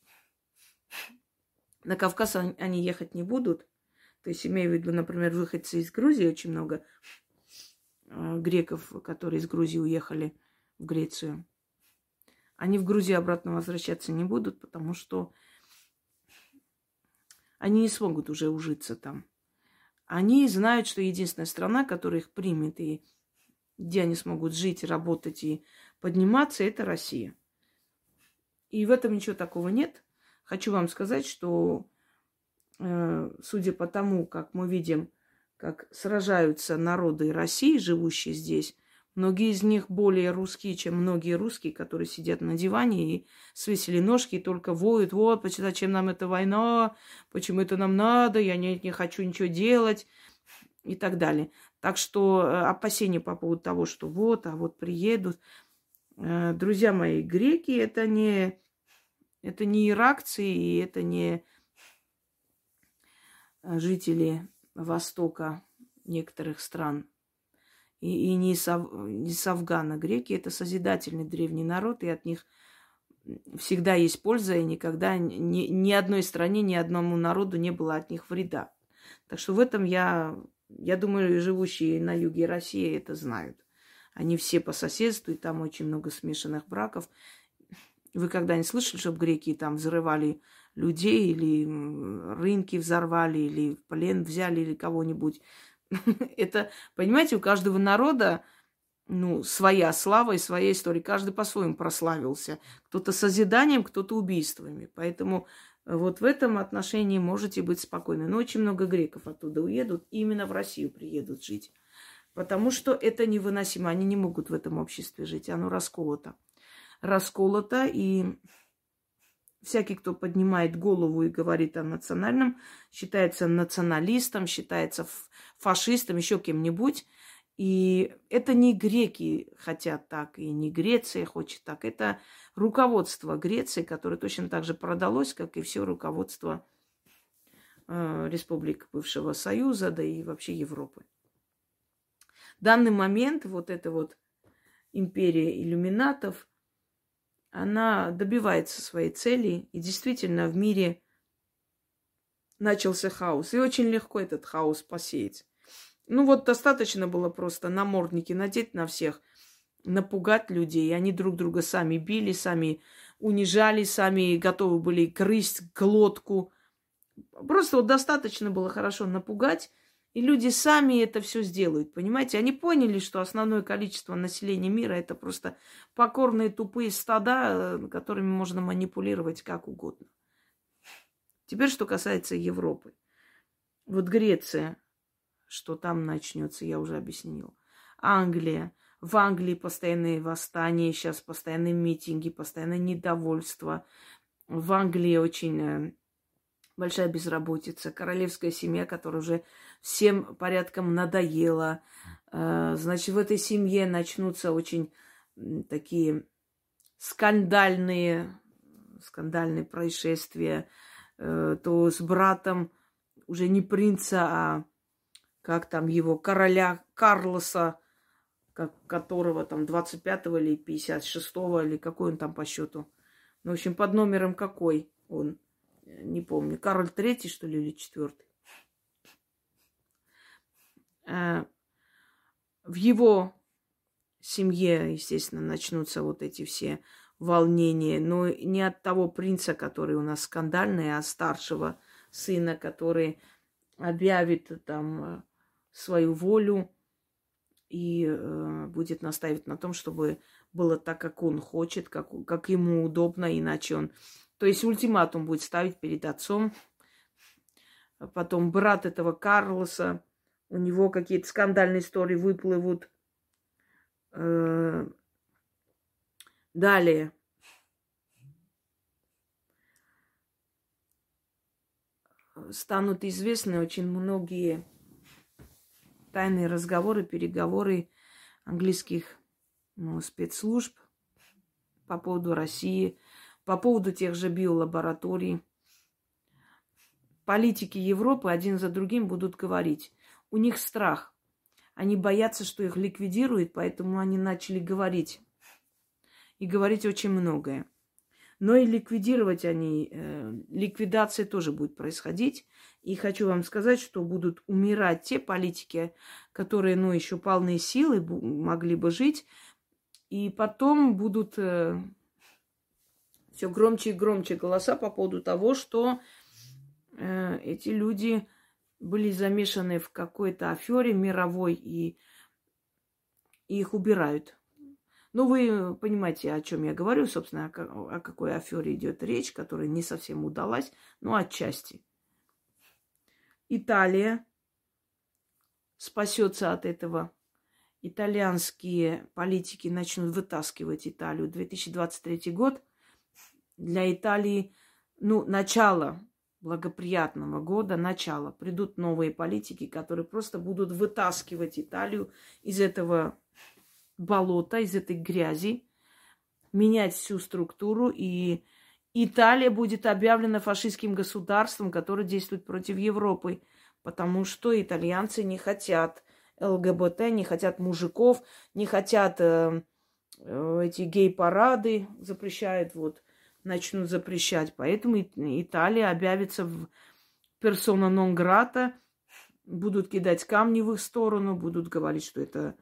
На Кавказ они ехать не будут. То есть, имею в виду, например, выходцы из Грузии, очень много греков, которые из Грузии уехали в Грецию. Они в Грузию обратно возвращаться не будут, потому что они не смогут уже ужиться там. Они знают, что единственная страна, которая их примет, и где они смогут жить, работать и подниматься, это Россия. И в этом ничего такого нет. Хочу вам сказать, что, судя по тому, как мы видим, как сражаются народы России, живущие здесь, многие из них более русские, чем многие русские, которые сидят на диване и свесили ножки и только воют: вот, зачем нам эта война, почему это нам надо, я не хочу ничего делать и так далее. Так что опасения по поводу того, что вот приедут. Друзья мои, греки это не иракцы, и это не жители Востока некоторых стран. И не с Афгана. Греки – это созидательный древний народ, и от них всегда есть польза, и никогда ни одной стране, ни одному народу не было от них вреда. Так что в этом я думаю, живущие на юге России это знают. Они все по соседству, и там очень много смешанных браков. Вы когда-нибудь слышали, чтобы греки там взрывали людей, или рынки взорвали, или в плен взяли, или кого-нибудь? Это, понимаете, у каждого народа, своя слава и своя история. Каждый по-своему прославился. Кто-то созиданием, кто-то убийствами. Поэтому Вот в этом отношении можете быть спокойны. Но очень много греков оттуда уедут, и именно в Россию приедут жить. Потому что это невыносимо. Они не могут в этом обществе жить. Оно расколото. Расколото, и всякий, кто поднимает голову и говорит о национальном, считается националистом, считается фашистом, еще кем-нибудь. И это не греки хотят так, и не Греция хочет так. Это руководство Греции, которое точно так же продалось, как и все руководство республик бывшего Союза, да и вообще Европы. В данный момент вот эта вот империя иллюминатов, она добивается своей цели, и действительно в мире начался хаос. И очень легко этот хаос посеять. Ну вот достаточно было просто намордники надеть на всех, напугать людей. И они друг друга сами били, сами унижали, сами готовы были грызть глотку. Просто вот достаточно было хорошо напугать, и люди сами это все сделают, понимаете? Они поняли, что основное количество населения мира – это просто покорные тупые стада, которыми можно манипулировать как угодно. Теперь, что касается Европы. Вот Греция, что там начнется, я уже объяснила. Англия. В Англии постоянные восстания, сейчас постоянные митинги, постоянное недовольство. В Англии очень большая безработица, королевская семья, которая уже всем порядком надоела. Значит, в этой семье начнутся очень такие скандальные происшествия. То с братом уже не принца, а как там его, короля Карлоса, которого там 25-го или 56-го, или какой он там по счету. Ну, в общем, под номером какой он. Не помню, Карл III, что ли, или IV. В его семье, естественно, начнутся вот эти все волнения. Но не от того принца, который у нас скандальный, а старшего сына, который объявит там свою волю и будет настаивать на том, чтобы было так, как он хочет, как ему удобно, иначе он... То есть ультиматум будет ставить перед отцом. Потом брат этого Карлоса, у него какие-то скандальные истории выплывут. Далее. Станут известны очень многие тайные разговоры, переговоры английских спецслужб по поводу России, по поводу тех же биолабораторий. Политики Европы один за другим будут говорить. У них страх. Они боятся, что их ликвидируют, поэтому они начали говорить. И говорить очень многое. Но и ликвидировать они, ликвидация тоже будет происходить. И хочу вам сказать, что будут умирать те политики, которые, еще полные силы, могли бы жить. И потом будут... все громче и громче голоса по поводу того, что эти люди были замешаны в какой-то афере мировой, и их убирают. Ну, вы понимаете, о чем я говорю, собственно, о какой афере идет речь, которая не совсем удалась, но отчасти. Италия спасется от этого. Итальянские политики начнут вытаскивать Италию. 2023 год для Италии, начало благоприятного года, начало. Придут новые политики, которые просто будут вытаскивать Италию из этого болота, из этой грязи, менять всю структуру, и Италия будет объявлена фашистским государством, которое действует против Европы, потому что итальянцы не хотят ЛГБТ, не хотят мужиков, не хотят эти гей-парады, запрещают, начнут запрещать. Поэтому Италия объявится в персона нон грата, будут кидать камни в их сторону, будут говорить, что это...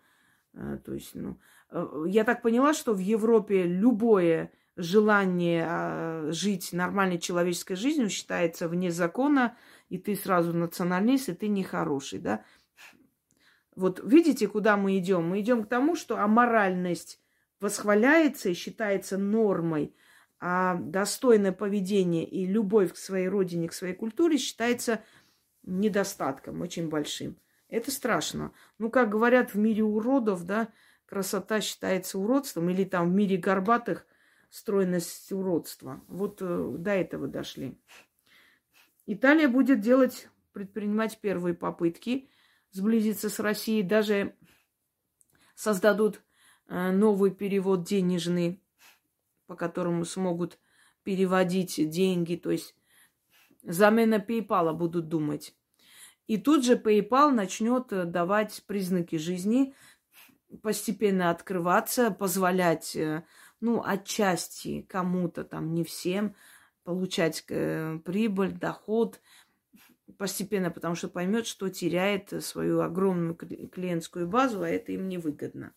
я так поняла, что в Европе любое желание жить нормальной человеческой жизнью считается вне закона, и ты сразу националист, и ты нехороший, да? Вот видите, куда мы идем? Мы идем к тому, что аморальность восхваляется и считается нормой, А достойное поведение и любовь к своей родине, к своей культуре считается недостатком очень большим. Это страшно. Ну, как говорят, в мире уродов, да, красота считается уродством, или там в мире горбатых стройность уродства. Вот до этого дошли. Италия будет предпринимать первые попытки сблизиться с Россией. Даже создадут новый перевод денежный, по которому смогут переводить деньги. То есть замена PayPal будут думать. И тут же PayPal начнет давать признаки жизни, постепенно открываться, позволять, ну, отчасти кому-то, там, не всем, получать прибыль, доход постепенно, потому что поймет, что теряет свою огромную клиентскую базу, а это им невыгодно.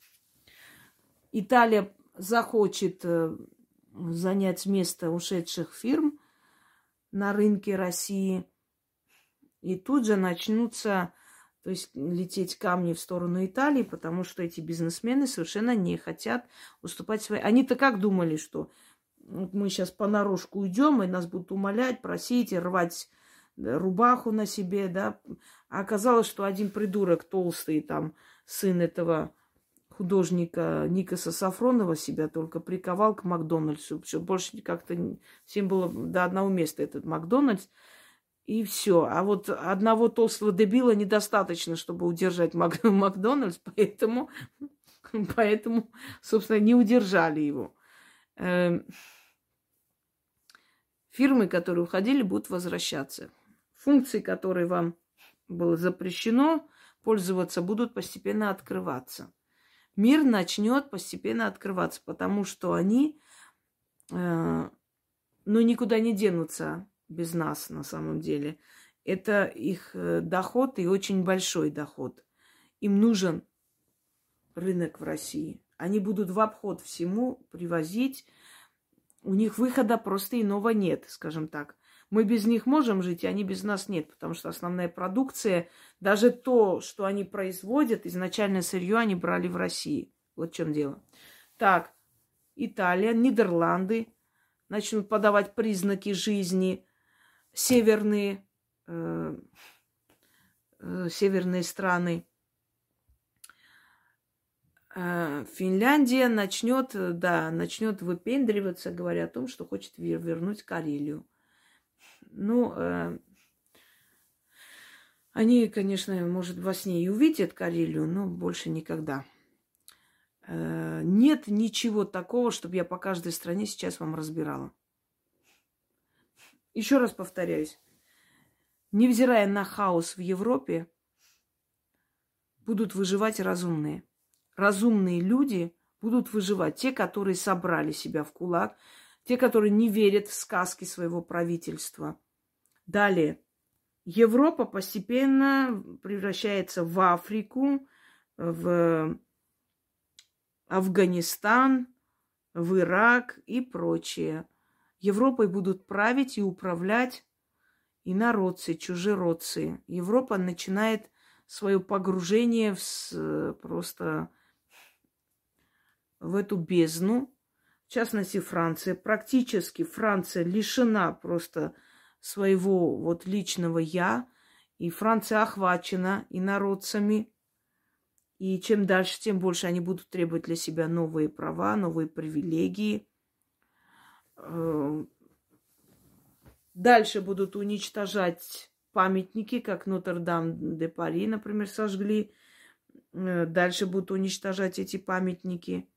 Италия захочет занять место ушедших фирм на рынке России, и тут же начнутся, то есть, лететь камни в сторону Италии, потому что эти бизнесмены совершенно не хотят уступать свои. Они-то как думали, что вот мы сейчас понарошку уйдем, и нас будут умолять, просить, рвать рубаху на себе, да. А оказалось, что один придурок толстый, там, сын этого художника Никаса Сафронова, себя только приковал к Макдональдсу. Все, больше как-то всем было до одного места этот Макдональдс. И все. А вот одного толстого дебила недостаточно, чтобы удержать Макдональдс, поэтому, собственно, не удержали его. Фирмы, которые уходили, будут возвращаться. Функции, которые вам было запрещено пользоваться, будут постепенно открываться. Мир начнет постепенно открываться, потому что они, никуда не денутся без нас на самом деле. Это их доход и очень большой доход. Им нужен рынок в России. Они будут в обход всему привозить. У них выхода просто иного нет, скажем так. Мы без них можем жить, а они без нас нет, потому что основная продукция, даже то, что они производят, изначальное сырье они брали в России. Вот в чем дело. Так, Италия, Нидерланды начнут подавать признаки жизни. Северные страны. Финляндия начнет выпендриваться, говоря о том, что хочет вернуть Карелию. Они, конечно, может, во сне и увидят Карелию, но больше никогда. Нет ничего такого, чтобы я по каждой стране сейчас вам разбирала. Еще раз повторяюсь. Невзирая на хаос в Европе, будут выживать разумные. Разумные люди будут выживать. Те, которые собрали себя в кулак, те, которые не верят в сказки своего правительства. Далее. Европа постепенно превращается в Африку, в Афганистан, в Ирак и прочее. Европой будут править и управлять инородцы, чужеродцы. Европа начинает свое погружение просто в эту бездну. В частности, Франция. Практически Франция лишена просто своего вот личного «я». И Франция охвачена инородцами. И чем дальше, тем больше они будут требовать для себя новые права, новые привилегии. Дальше будут уничтожать памятники, как Нотр-Дам-де-Пари, например, сожгли. Дальше будут уничтожать эти памятники.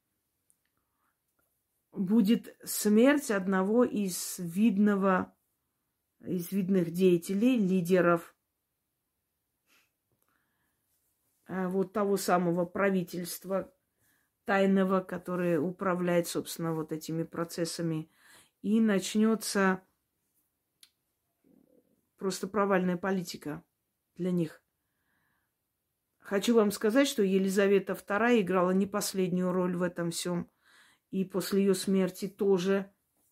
Будет смерть одного из видных деятелей, лидеров вот того самого правительства тайного, которое управляет, собственно, вот этими процессами. И начнется просто провальная политика для них. Хочу вам сказать, что Елизавета II играла не последнюю роль в этом всем. И после ее смерти тоже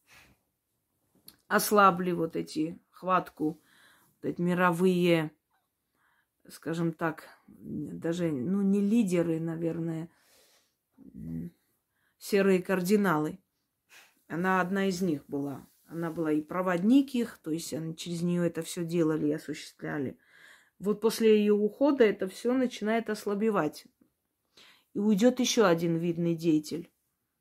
ослабли вот эти хватку, вот эти мировые, скажем так, даже, не лидеры, наверное, серые кардиналы. Она одна из них была. Она была и проводник их, то есть через нее это все делали и осуществляли. Вот после ее ухода это все начинает ослабевать. И уйдет еще один видный деятель.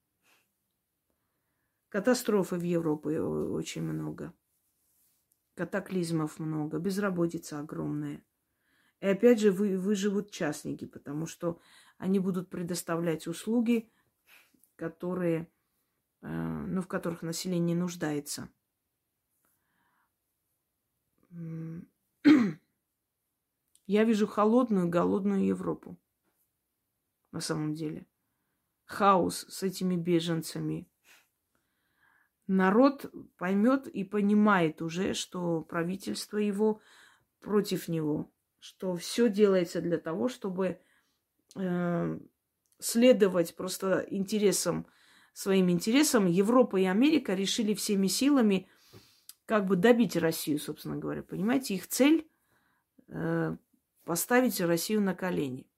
Катастрофы в Европе очень много. Катаклизмов много. Безработица огромная. И опять же выживут частники, потому что они будут предоставлять услуги, которые, в которых население нуждается. Я вижу холодную, голодную Европу. На самом деле. Хаос с этими беженцами. Народ поймет и понимает уже, что правительство его против него. Что все делается для того, чтобы следовать просто своим интересам. Европа и Америка решили всеми силами как бы добить Россию, собственно говоря. Понимаете, их цель поставить Россию на колени.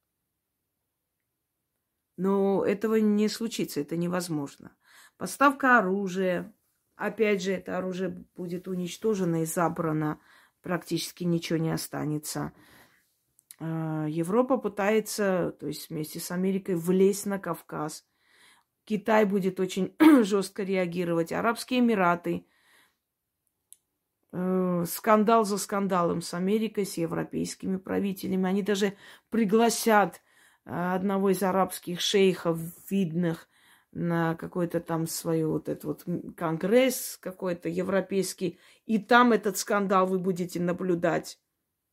Но этого не случится, это невозможно. Поставка оружия. Опять же, это оружие будет уничтожено и забрано. Практически ничего не останется. Европа пытается, то есть вместе с Америкой, влезть на Кавказ. Китай будет очень жестко реагировать. Арабские Эмираты. Скандал за скандалом с Америкой, с европейскими правителями. Они даже пригласят одного из арабских шейхов видных на какой-то там свой вот этот вот конгресс какой-то европейский. И там этот скандал вы будете наблюдать.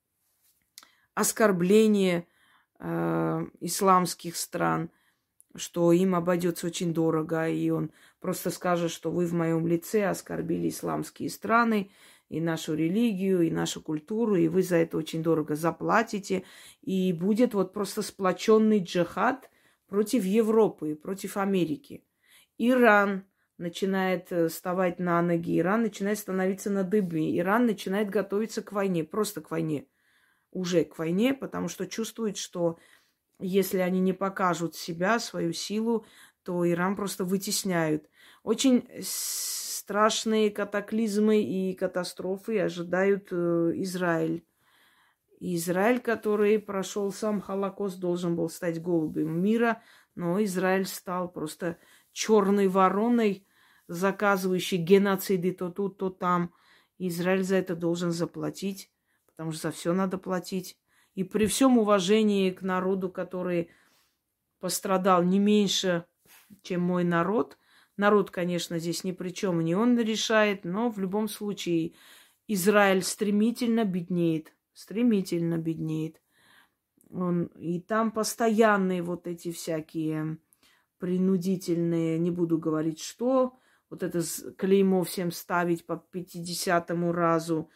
Оскорбление исламских стран, что им обойдется очень дорого. И он просто скажет, что вы в моем лице оскорбили исламские страны, и нашу религию, и нашу культуру, и вы за это очень дорого заплатите. И будет вот просто сплоченный джихад против Европы, против Америки. Иран начинает вставать на ноги, Иран начинает становиться на дыбы, Иран начинает готовиться к войне, просто к войне, уже к войне, потому что чувствует, что если они не покажут себя, свою силу, то Иран просто вытесняют. Очень страшные катаклизмы и катастрофы ожидают Израиль. Израиль, который прошел сам Холокост, должен был стать голубем мира, но Израиль стал просто черной вороной, заказывающей геноциды то тут, то там. Израиль за это должен заплатить, потому что за все надо платить. И при всем уважении к народу, который пострадал не меньше, чем мой народ, народ, конечно, здесь ни при чем, не он решает, но в любом случае Израиль стремительно беднеет. Стремительно беднеет. И там постоянные вот эти всякие принудительные, не буду говорить что, вот это клеймо всем ставить по 50-му разу.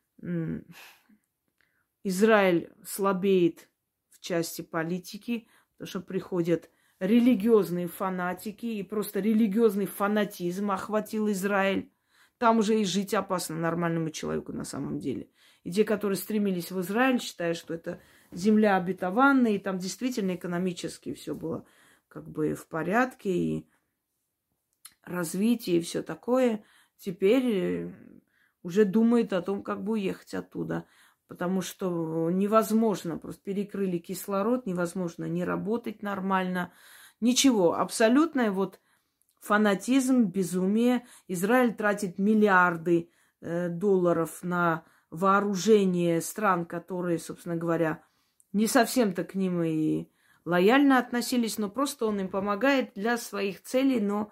Израиль слабеет в части политики, потому что приходят религиозные фанатики, и просто религиозный фанатизм охватил Израиль. Там уже и жить опасно нормальному человеку на самом деле. И те, которые стремились в Израиль, считая, что это земля обетованная, и там действительно экономически все было как бы в порядке, и развитие, и все такое, теперь уже думают о том, как бы уехать оттуда. Потому что невозможно, просто перекрыли кислород, невозможно не работать нормально. Ничего, абсолютное вот фанатизм, безумие. Израиль тратит миллиарды долларов на вооружение стран, которые, собственно говоря, не совсем-то к ним и лояльно относились, но просто он им помогает для своих целей, но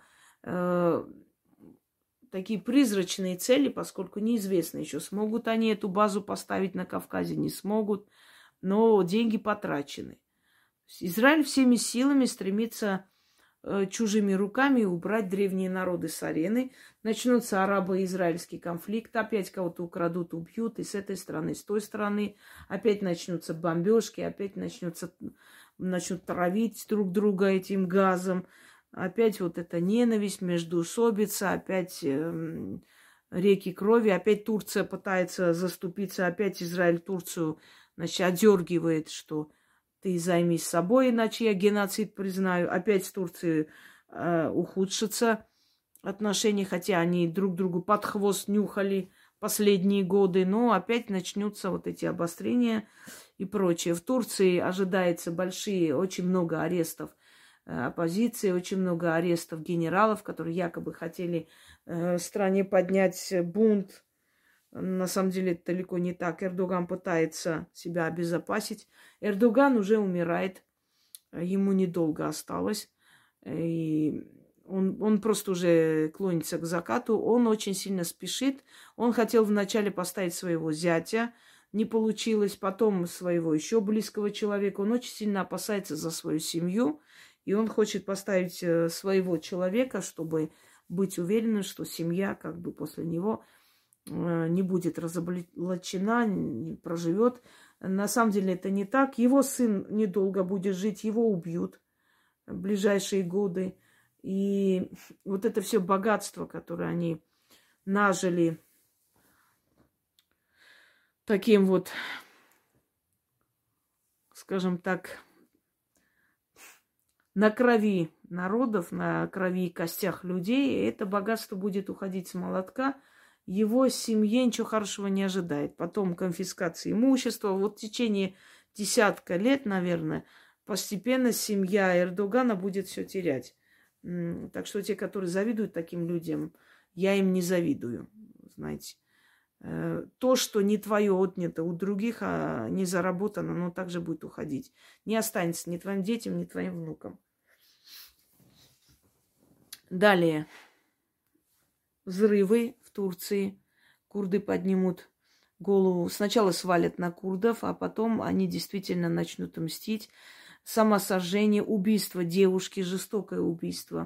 такие призрачные цели, поскольку неизвестно еще, смогут они эту базу поставить на Кавказе, не смогут, но деньги потрачены. Израиль всеми силами стремится чужими руками убрать древние народы с арены. Начнется арабо-израильский конфликт, опять кого-то украдут, убьют, и с этой стороны, и с той стороны. Опять начнутся бомбежки, опять начнут травить друг друга этим газом. Опять вот эта ненависть, междоусобица, опять реки крови, опять Турция пытается заступиться, опять Израиль Турцию, значит, одергивает, что ты займись собой, иначе я геноцид признаю. Опять с Турцией ухудшится отношения, хотя они друг другу под хвост нюхали последние годы, но опять начнутся вот эти обострения и прочее. В Турции ожидается очень много арестов оппозиции, очень много арестов генералов, которые якобы хотели в стране поднять бунт. На самом деле это далеко не так. Эрдоган пытается себя обезопасить. Эрдоган уже умирает. Ему недолго осталось. И он просто уже клонится к закату. Он очень сильно спешит. Он хотел вначале поставить своего зятя. Не получилось. Потом своего еще близкого человека. Он очень сильно опасается за свою семью. И он хочет поставить своего человека, чтобы быть уверенным, что семья как бы после него не будет разоблачена, не проживет. На самом деле это не так. Его сын недолго будет жить, его убьют в ближайшие годы. И вот это все богатство, которое они нажили таким вот, скажем так, на крови народов, на крови и костях людей, это богатство будет уходить с молотка. Его семье ничего хорошего не ожидает. Потом конфискация имущества. Вот в течение десятка лет, наверное, постепенно семья Эрдогана будет все терять. Так что те, которые завидуют таким людям, я им не завидую, знаете. То, что не твое отнято у других, а не заработано, оно также будет уходить. Не останется ни твоим детям, ни твоим внукам. Далее. Взрывы в Турции. Курды поднимут голову. Сначала свалят на курдов, а потом они действительно начнут мстить. Самосожжение, убийство девушки, жестокое убийство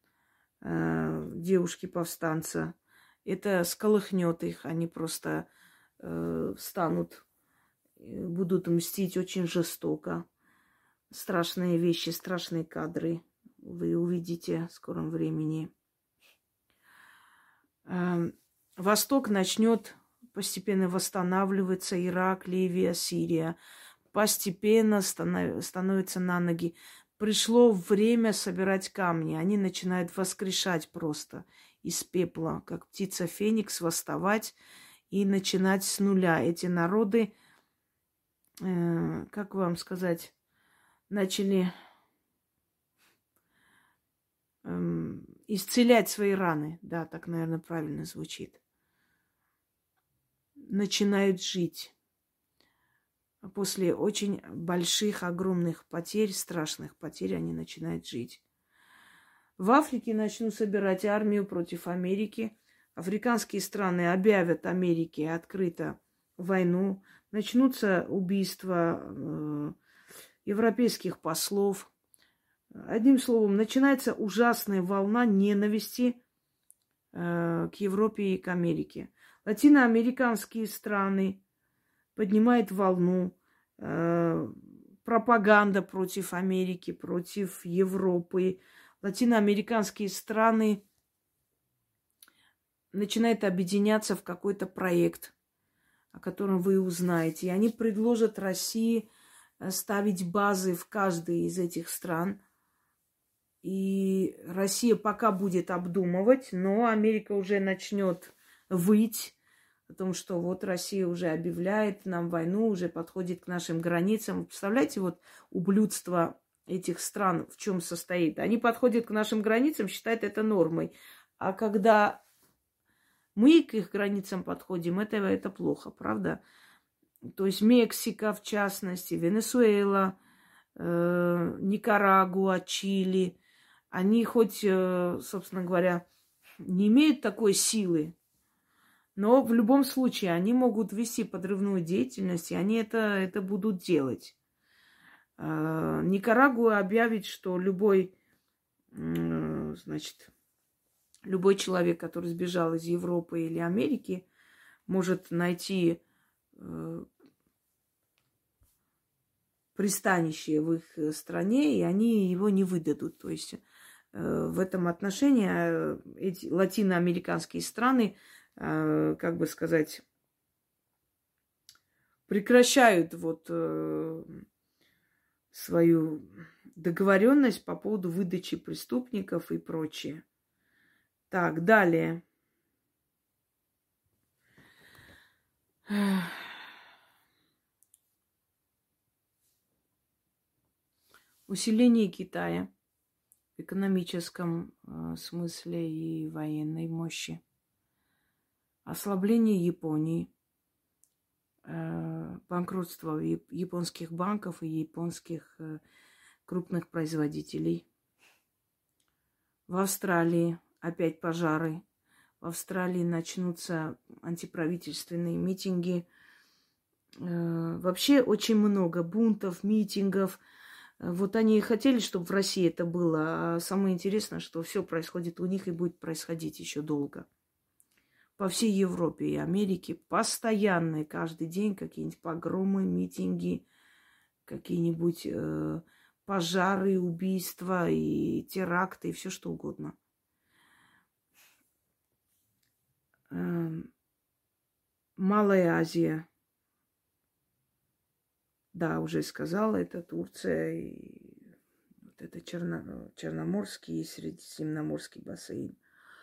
девушки-повстанца. Это сколыхнет их. Они просто встанут, будут мстить очень жестоко. Страшные вещи, страшные кадры вы увидите в скором времени. Восток начнет постепенно восстанавливаться. Ирак, Ливия, Сирия. Постепенно становятся на ноги. Пришло время собирать камни. Они начинают воскрешать просто из пепла, как птица Феникс, восставать и начинать с нуля. Эти народы, как вам сказать, начали исцелять свои раны. Да, так, наверное, правильно звучит. Начинают жить. После очень больших, огромных потерь, страшных потерь, они начинают жить. В Африке начнут собирать армию против Америки. Африканские страны объявят Америке открыто войну. Начнутся убийства европейских послов. Одним словом, начинается ужасная волна ненависти к Европе и к Америке. Латиноамериканские страны поднимают волну. Пропаганда против Америки, против Европы. Латиноамериканские страны начинают объединяться в какой-то проект, о котором вы узнаете. И они предложат России ставить базы в каждой из этих стран. И Россия пока будет обдумывать, но Америка уже начнет выть о том, что вот Россия уже объявляет нам войну, уже подходит к нашим границам. Представляете, вот ублюдство этих стран в чем состоит? Они подходят к нашим границам, считают это нормой. А когда мы к их границам подходим, это плохо, правда? То есть Мексика, в частности, Венесуэла, Никарагуа, Чили, они хоть, собственно говоря, не имеют такой силы, но в любом случае они могут вести подрывную деятельность, и они это будут делать. Никарагуа объявит, что любой человек, который сбежал из Европы или Америки, может найти пристанище в их стране, и они его не выдадут. То есть в этом отношении эти латиноамериканские страны, как бы сказать, прекращают вот свою договоренность по поводу выдачи преступников и прочее. Так, далее. Усиление Китая в экономическом смысле и военной мощи. Ослабление Японии. Банкротство японских банков и японских крупных производителей. В Австралии опять пожары. В Австралии начнутся антиправительственные митинги. Вообще очень много бунтов, митингов. Вот они и хотели, чтобы в России это было. А самое интересное, что все происходит у них и будет происходить еще долго. По всей Европе и Америке постоянные, каждый день какие-нибудь погромы, митинги, какие-нибудь пожары, убийства и теракты, и все что угодно. Малая Азия. Да, уже сказала, это Турция и вот это Черноморский и Средиземноморский бассейн.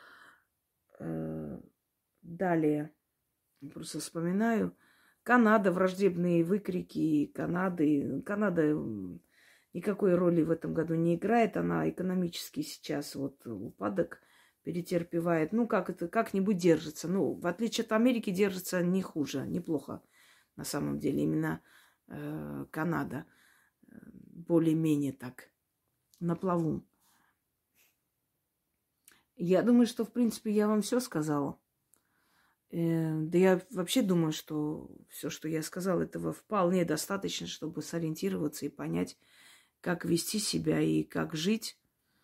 Далее, просто вспоминаю, Канада, враждебные выкрики Канады. Канада никакой роли в этом году не играет. Она экономически сейчас вот упадок перетерпевает. Ну, как-нибудь держится. Ну, в отличие от Америки, держится не хуже, неплохо. На самом деле, именно Канада более-менее так на плаву. Я думаю, что, в принципе, я вам все сказала. Да я вообще думаю, что все, что я сказала, этого вполне достаточно, чтобы сориентироваться и понять, как вести себя и как жить.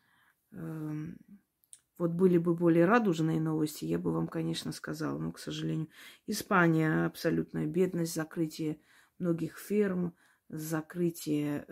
Вот были бы более радужные новости, я бы вам, конечно, сказала. Но, к сожалению, Испания, абсолютная бедность, закрытие многих ферм, закрытие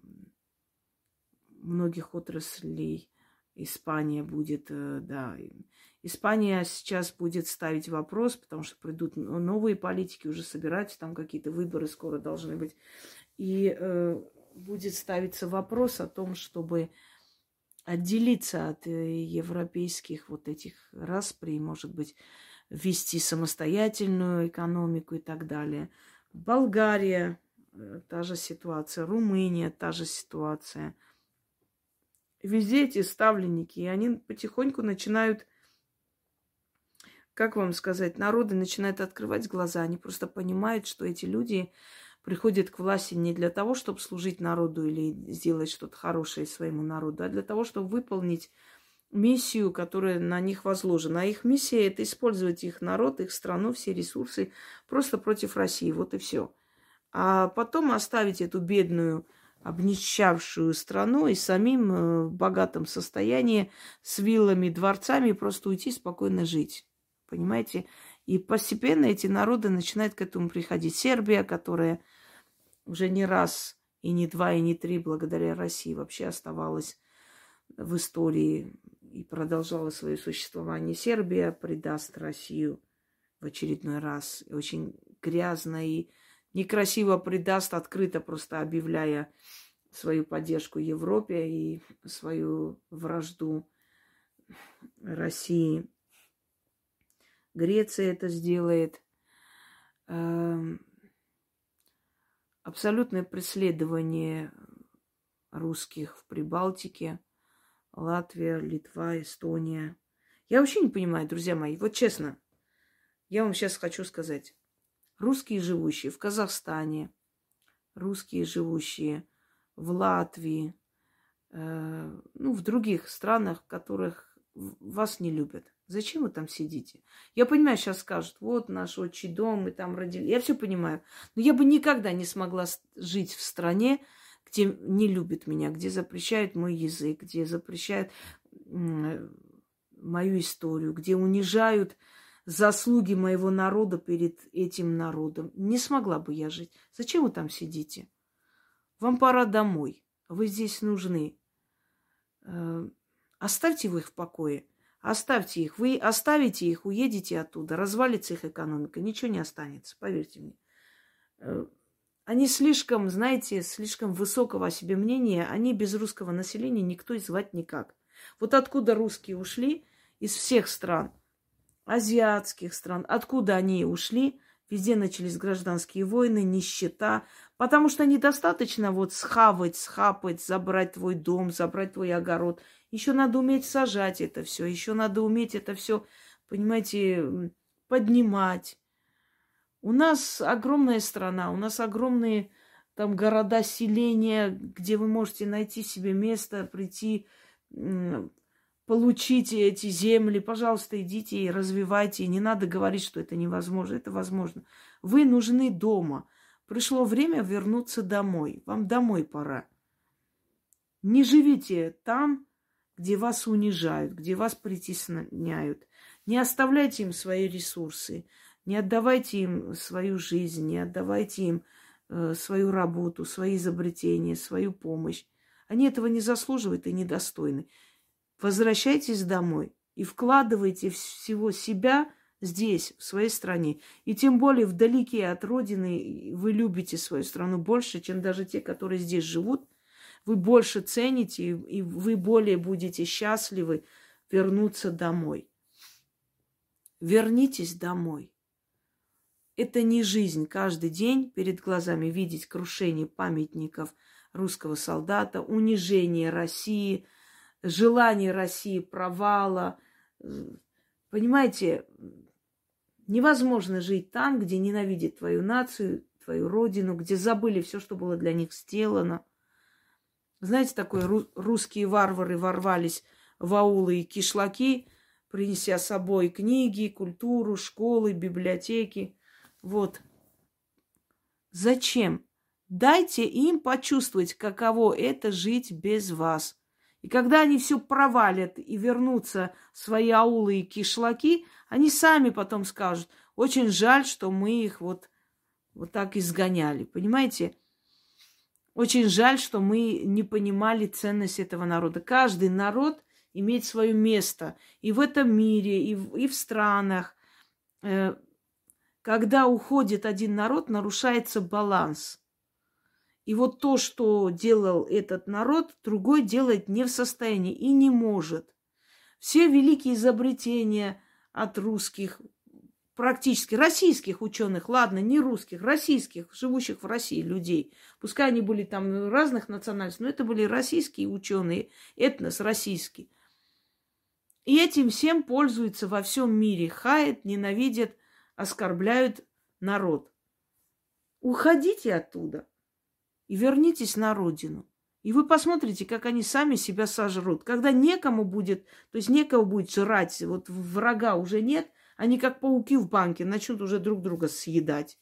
многих отраслей. Испания будет, да. Испания сейчас будет ставить вопрос, потому что придут новые политики, уже собираются, там какие-то выборы скоро должны быть. И будет ставиться вопрос о том, чтобы отделиться от европейских вот этих расприй, может быть, ввести самостоятельную экономику и так далее. Болгария, та же ситуация. Румыния, та же ситуация. Везде эти ставленники, и они потихоньку начинают, как вам сказать, народы начинают открывать глаза. Они просто понимают, что эти люди приходят к власти не для того, чтобы служить народу или сделать что-то хорошее своему народу, а для того, чтобы выполнить миссию, которая на них возложена. А их миссия – это использовать их народ, их страну, все ресурсы просто против России. Вот и все. А потом оставить эту бедную, обнищавшую страну и самим в богатом состоянии с виллами, дворцами просто уйти спокойно жить. Понимаете? И постепенно эти народы начинают к этому приходить. Сербия, которая уже не раз, и не два, и не три, благодаря России вообще оставалась в истории и продолжала свое существование. Сербия предаст Россию в очередной раз. Очень грязно и некрасиво предаст, открыто просто объявляя свою поддержку Европе и свою вражду России. Греция это сделает. Абсолютное преследование русских в Прибалтике. Латвия, Литва, Эстония. Я вообще не понимаю, друзья мои, вот честно, я вам сейчас хочу сказать. Русские, живущие в Казахстане, русские, живущие в Латвии, в других странах, в которых вас не любят. Зачем вы там сидите? Я понимаю, сейчас скажут, вот наш отчий дом, мы там родились. Я все понимаю. Но я бы никогда не смогла жить в стране, где не любят меня, где запрещают мой язык, где запрещают мою историю, где унижают заслуги моего народа перед этим народом. Не смогла бы я жить. Зачем вы там сидите? Вам пора домой. Вы здесь нужны. Оставьте вы их в покое. Оставьте их. Вы оставите их, уедете оттуда, развалится их экономика. Ничего не останется, поверьте мне. Они слишком, знаете, слишком высокого о себе мнения. Они без русского населения никто и звать никак. Вот откуда русские ушли из всех стран, азиатских стран. Откуда они ушли? Везде начались гражданские войны, нищета. Потому что недостаточно вот схапать, забрать твой дом, забрать твой огород. Еще надо уметь сажать это все. Еще надо уметь это все, понимаете, поднимать. У нас огромная страна, у нас огромные там города, селения, где вы можете найти себе место, прийти, получите эти земли. Пожалуйста, идите и развивайте. И не надо говорить, что это невозможно. Это возможно. Вы нужны дома. Пришло время вернуться домой. Вам домой пора. Не живите там, где вас унижают, где вас притесняют. Не оставляйте им свои ресурсы. Не отдавайте им свою жизнь, не отдавайте им свою работу, свои изобретения, свою помощь. Они этого не заслуживают и недостойны. Возвращайтесь домой и вкладывайте всего себя здесь, в своей стране. И тем более вдалеке от родины вы любите свою страну больше, чем даже те, которые здесь живут. Вы больше цените, и вы более будете счастливы вернуться домой. Вернитесь домой. Это не жизнь каждый день перед глазами видеть крушение памятников русского солдата, унижение России, желание России провала. Понимаете, невозможно жить там, где ненавидят твою нацию, твою родину, где забыли все, что было для них сделано. Знаете, такое русские варвары ворвались в аулы и кишлаки, принеся с собой книги, культуру, школы, библиотеки. Вот. Зачем? Дайте им почувствовать, каково это жить без вас. И когда они все провалят и вернутся в свои аулы и кишлаки, они сами потом скажут: очень жаль, что мы их вот так изгоняли. Понимаете? Очень жаль, что мы не понимали ценность этого народа. Каждый народ имеет свое место и в этом мире, и в странах. Когда уходит один народ, нарушается баланс. И вот то, что делал этот народ, другой делать не в состоянии и не может. Все великие изобретения от русских, практически российских ученых, ладно, не русских, российских, живущих в России людей. Пускай они были там разных национальностей, но это были российские ученые, этнос российский. И этим всем пользуются во всем мире. Хаят, ненавидят, оскорбляют народ. Уходите оттуда и вернитесь на родину. И вы посмотрите, как они сами себя сожрут. Когда некому будет, то есть некого будет жрать, вот врага уже нет, они как пауки в банке начнут уже друг друга съедать.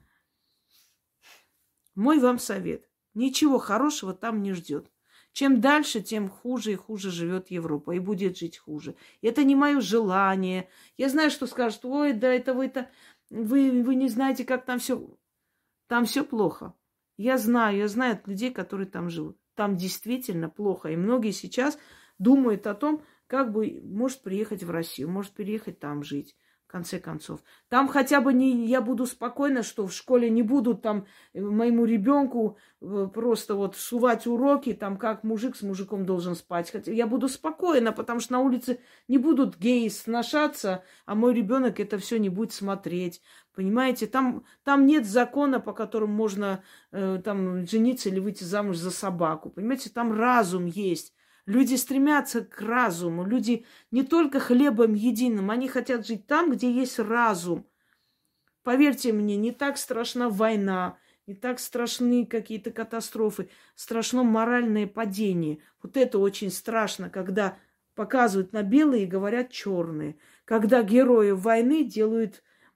Мой вам совет. Ничего хорошего там не ждет. Чем дальше, тем хуже и хуже живет Европа. И будет жить хуже. И это не мое желание. Я знаю, что скажут: ой, да это вы не знаете, как там все. Там все плохо. Я знаю от людей, которые там живут. Там действительно плохо. И многие сейчас думают о том, как бы, может, приехать в Россию, может, переехать там жить. В конце концов. Там хотя бы я буду спокойна, что в школе не будут там моему ребенку просто вот сувать уроки, там как мужик с мужиком должен спать. Хотя я буду спокойна, потому что на улице не будут геи сношаться, а мой ребенок это все не будет смотреть. Понимаете, там нет закона, по которому можно там жениться или выйти замуж за собаку. Понимаете, там разум есть. Люди стремятся к разуму. Люди не только хлебом единым, они хотят жить там, где есть разум. Поверьте мне, не так страшна война, не так страшны какие-то катастрофы. Страшно моральное падение. Вот это очень страшно, когда показывают на белые и говорят черные. Когда герои войны делают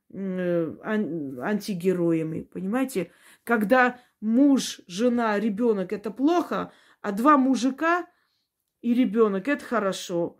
антигероями. Понимаете? Когда муж, жена, ребенок это плохо, а два мужика и ребенок это хорошо.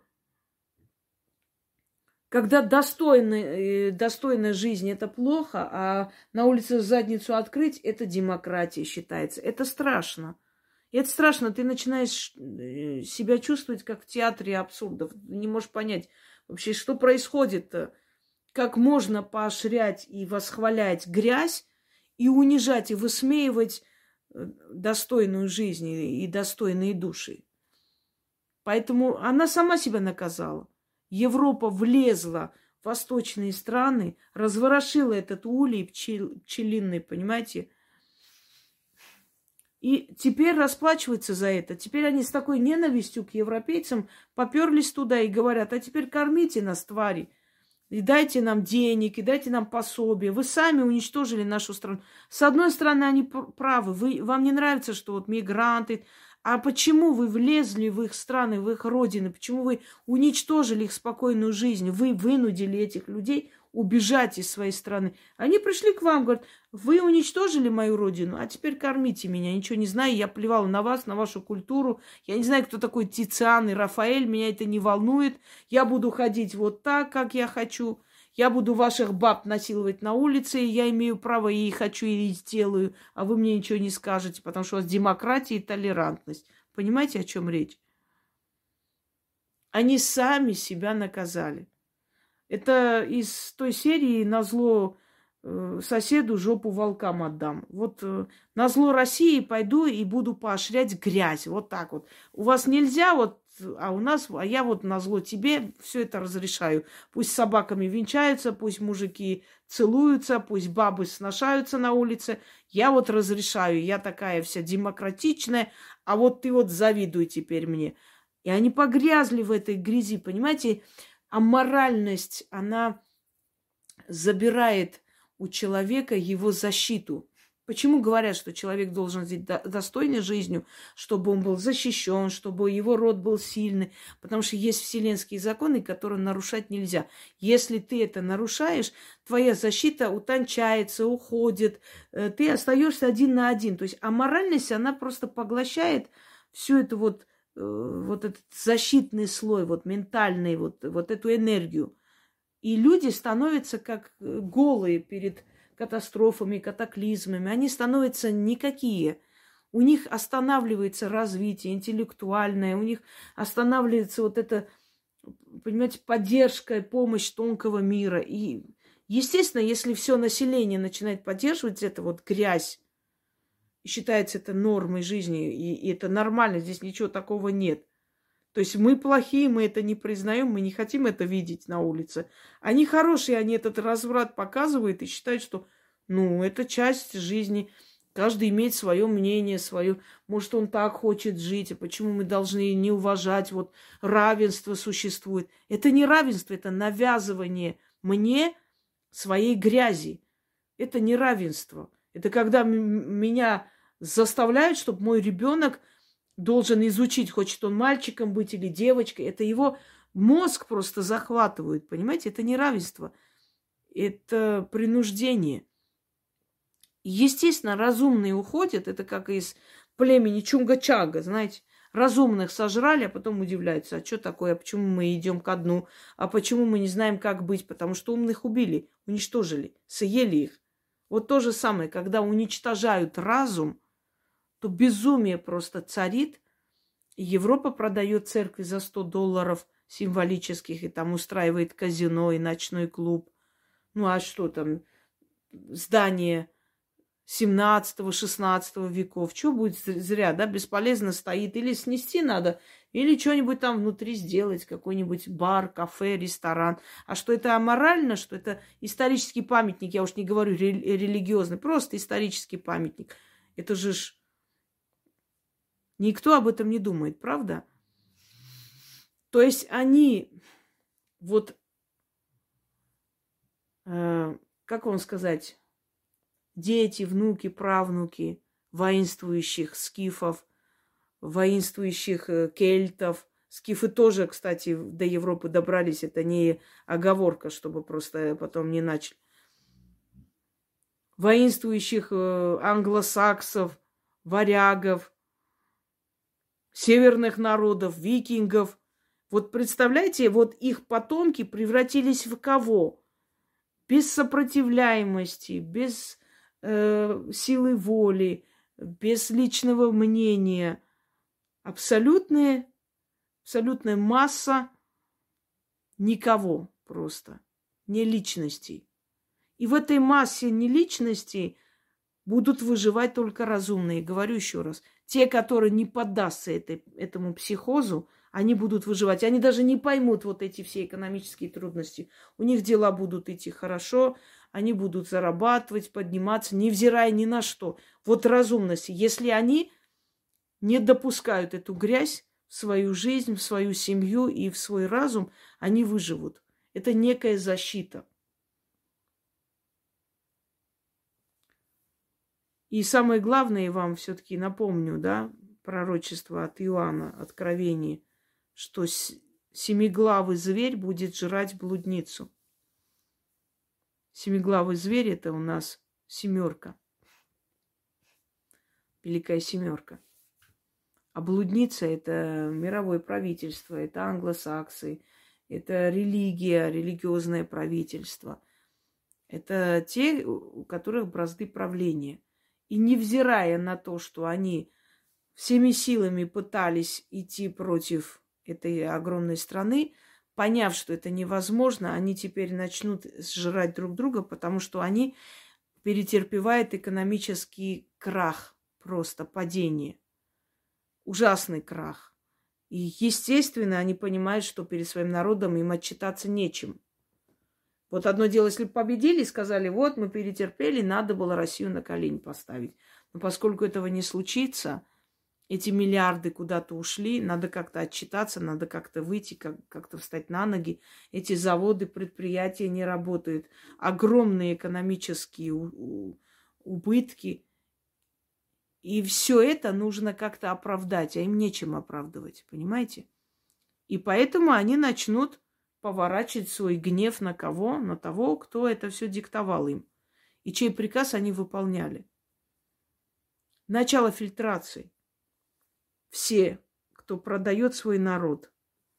Когда достойная жизнь это плохо, а на улице задницу открыть это демократия считается. Это страшно. И это страшно. Ты начинаешь себя чувствовать как в театре абсурдов. Не можешь понять вообще, что происходит-то. Как можно поощрять и восхвалять грязь и унижать и высмеивать достойную жизнь и достойные души. Поэтому она сама себя наказала. Европа влезла в восточные страны, разворошила этот улей пчелиный, понимаете? И теперь расплачиваются за это. Теперь они с такой ненавистью к европейцам поперлись туда и говорят: а теперь кормите нас, твари. И дайте нам денег, и дайте нам пособие. Вы сами уничтожили нашу страну. С одной стороны, они правы. Вам не нравится, что вот мигранты. А почему вы влезли в их страны, в их родины? Почему вы уничтожили их спокойную жизнь? Вы вынудили этих людей убежать из своей страны. Они пришли к вам, говорят: вы уничтожили мою родину, а теперь кормите меня. Ничего не знаю, я плевал на вас, на вашу культуру. Я не знаю, кто такой Тициан и Рафаэль, меня это не волнует. Я буду ходить вот так, как я хочу. Я буду ваших баб насиловать на улице, и я имею право и хочу, и сделаю, а вы мне ничего не скажете, потому что у вас демократия и толерантность. Понимаете, о чем речь? Они сами себя наказали. Это из той серии «Назло соседу жопу волкам отдам». Вот назло России пойду и буду поощрять грязь. Вот так вот. У вас нельзя, вот, а я вот назло тебе все это разрешаю. Пусть с собаками венчаются, пусть мужики целуются, пусть бабы сношаются на улице. Я вот разрешаю, я такая вся демократичная, а вот ты вот завидуй теперь мне. И они погрязли в этой грязи, понимаете? А моральность, она забирает у человека его защиту. Почему говорят, что человек должен жить достойной жизнью, чтобы он был защищен, чтобы его род был сильный? Потому что есть вселенские законы, которые нарушать нельзя. Если ты это нарушаешь, твоя защита утончается, уходит, ты остаешься один на один. То есть аморальность, она просто поглощает всю эту вот этот защитный слой, вот ментальный, вот эту энергию. И люди становятся как голые перед катастрофами, катаклизмами. Они становятся никакие. У них останавливается развитие интеллектуальное, у них останавливается вот эта, понимаете, поддержка, помощь тонкого мира. И, естественно, если все население начинает поддерживать это вот грязь, и считается это нормой жизни, и это нормально, здесь ничего такого нет. То есть мы плохие, мы это не признаем, мы не хотим это видеть на улице. Они хорошие, они этот разврат показывают и считают, что, это часть жизни. Каждый имеет свое мнение, свое. Может, он так хочет жить, а почему мы должны не уважать? Вот равенство существует. Это не равенство, это навязывание мне своей грязи. Это не равенство. Это когда меня заставляют, чтобы мой ребенок должен изучить, хочет он мальчиком быть или девочкой. Это его мозг просто захватывает, понимаете? Это не равенство, это принуждение. Естественно, разумные уходят. Это как из племени Чунга-Чага, знаете. Разумных сожрали, а потом удивляются. А что такое? А почему мы идем ко дну? А почему мы не знаем, как быть? Потому что умных убили, уничтожили, съели их. Вот то же самое, когда уничтожают разум, то безумие просто царит. И Европа продает церкви за $100 символических, и там устраивает казино и ночной клуб. Ну а что там? Здание 17-16 веков. Что будет зря, да? Бесполезно стоит. Или снести надо, или что-нибудь там внутри сделать. Какой-нибудь бар, кафе, ресторан. А что это аморально, что это исторический памятник, я уж не говорю религиозный, просто исторический памятник. Это же никто об этом не думает, правда? То есть они как вам сказать, дети, внуки, правнуки воинствующих скифов, воинствующих кельтов. Скифы тоже, кстати, до Европы добрались. Это не оговорка, чтобы просто потом не начали. Воинствующих англосаксов, варягов, северных народов, викингов. Вот представляете, вот их потомки превратились в кого? Без сопротивляемости, без силы воли, без личного мнения. Абсолютная масса никого просто, не личностей. И в этой массе неличностей будут выживать только разумные. Говорю еще раз, те, которые не поддастся этому психозу, они будут выживать. Они даже не поймут вот эти все экономические трудности. У них дела будут идти хорошо, они будут зарабатывать, подниматься, невзирая ни на что. Вот разумность. Если они не допускают эту грязь в свою жизнь, в свою семью и в свой разум, они выживут. Это некая защита. И самое главное, я вам все-таки напомню, да, пророчество от Иоанна, Откровение, что семиглавый зверь будет жрать блудницу. Семиглавый зверь – это у нас семерка, Великая Семерка. А блудница – это мировое правительство, это англосаксы, это религия, религиозное правительство. Это те, у которых бразды правления. И невзирая на то, что они всеми силами пытались идти против этой огромной страны, поняв, что это невозможно, они теперь начнут сжирать друг друга, потому что они перетерпевают экономический крах, просто падение. Ужасный крах. И, естественно, они понимают, что перед своим народом им отчитаться нечем. Вот одно дело, если бы победили, сказали, вот мы перетерпели, надо было Россию на колени поставить. Но поскольку этого не случится, эти миллиарды куда-то ушли, надо как-то отчитаться, надо как-то выйти, как-то встать на ноги. Эти заводы, предприятия не работают. Огромные экономические убытки. И все это нужно как-то оправдать, а им нечем оправдывать, понимаете? И поэтому они начнут поворачивать свой гнев на кого? На того, кто это все диктовал им. И чей приказ они выполняли. Начало фильтрации. Все, кто продает свой народ,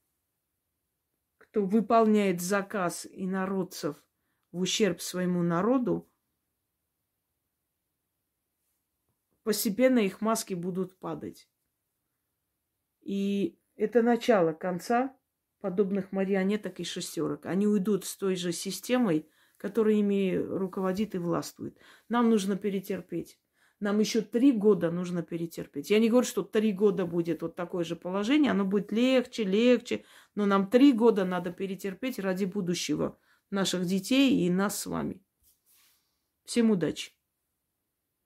кто выполняет заказ инородцев в ущерб своему народу, постепенно их маски будут падать. И это начало конца подобных марионеток и шестерок. Они уйдут с той же системой, которая ими руководит и властвует. Нам нужно перетерпеть. Нам еще 3 года нужно перетерпеть. Я не говорю, что 3 года будет вот такое же положение. Оно будет легче. Но нам 3 года надо перетерпеть ради будущего наших детей и нас с вами. Всем удачи!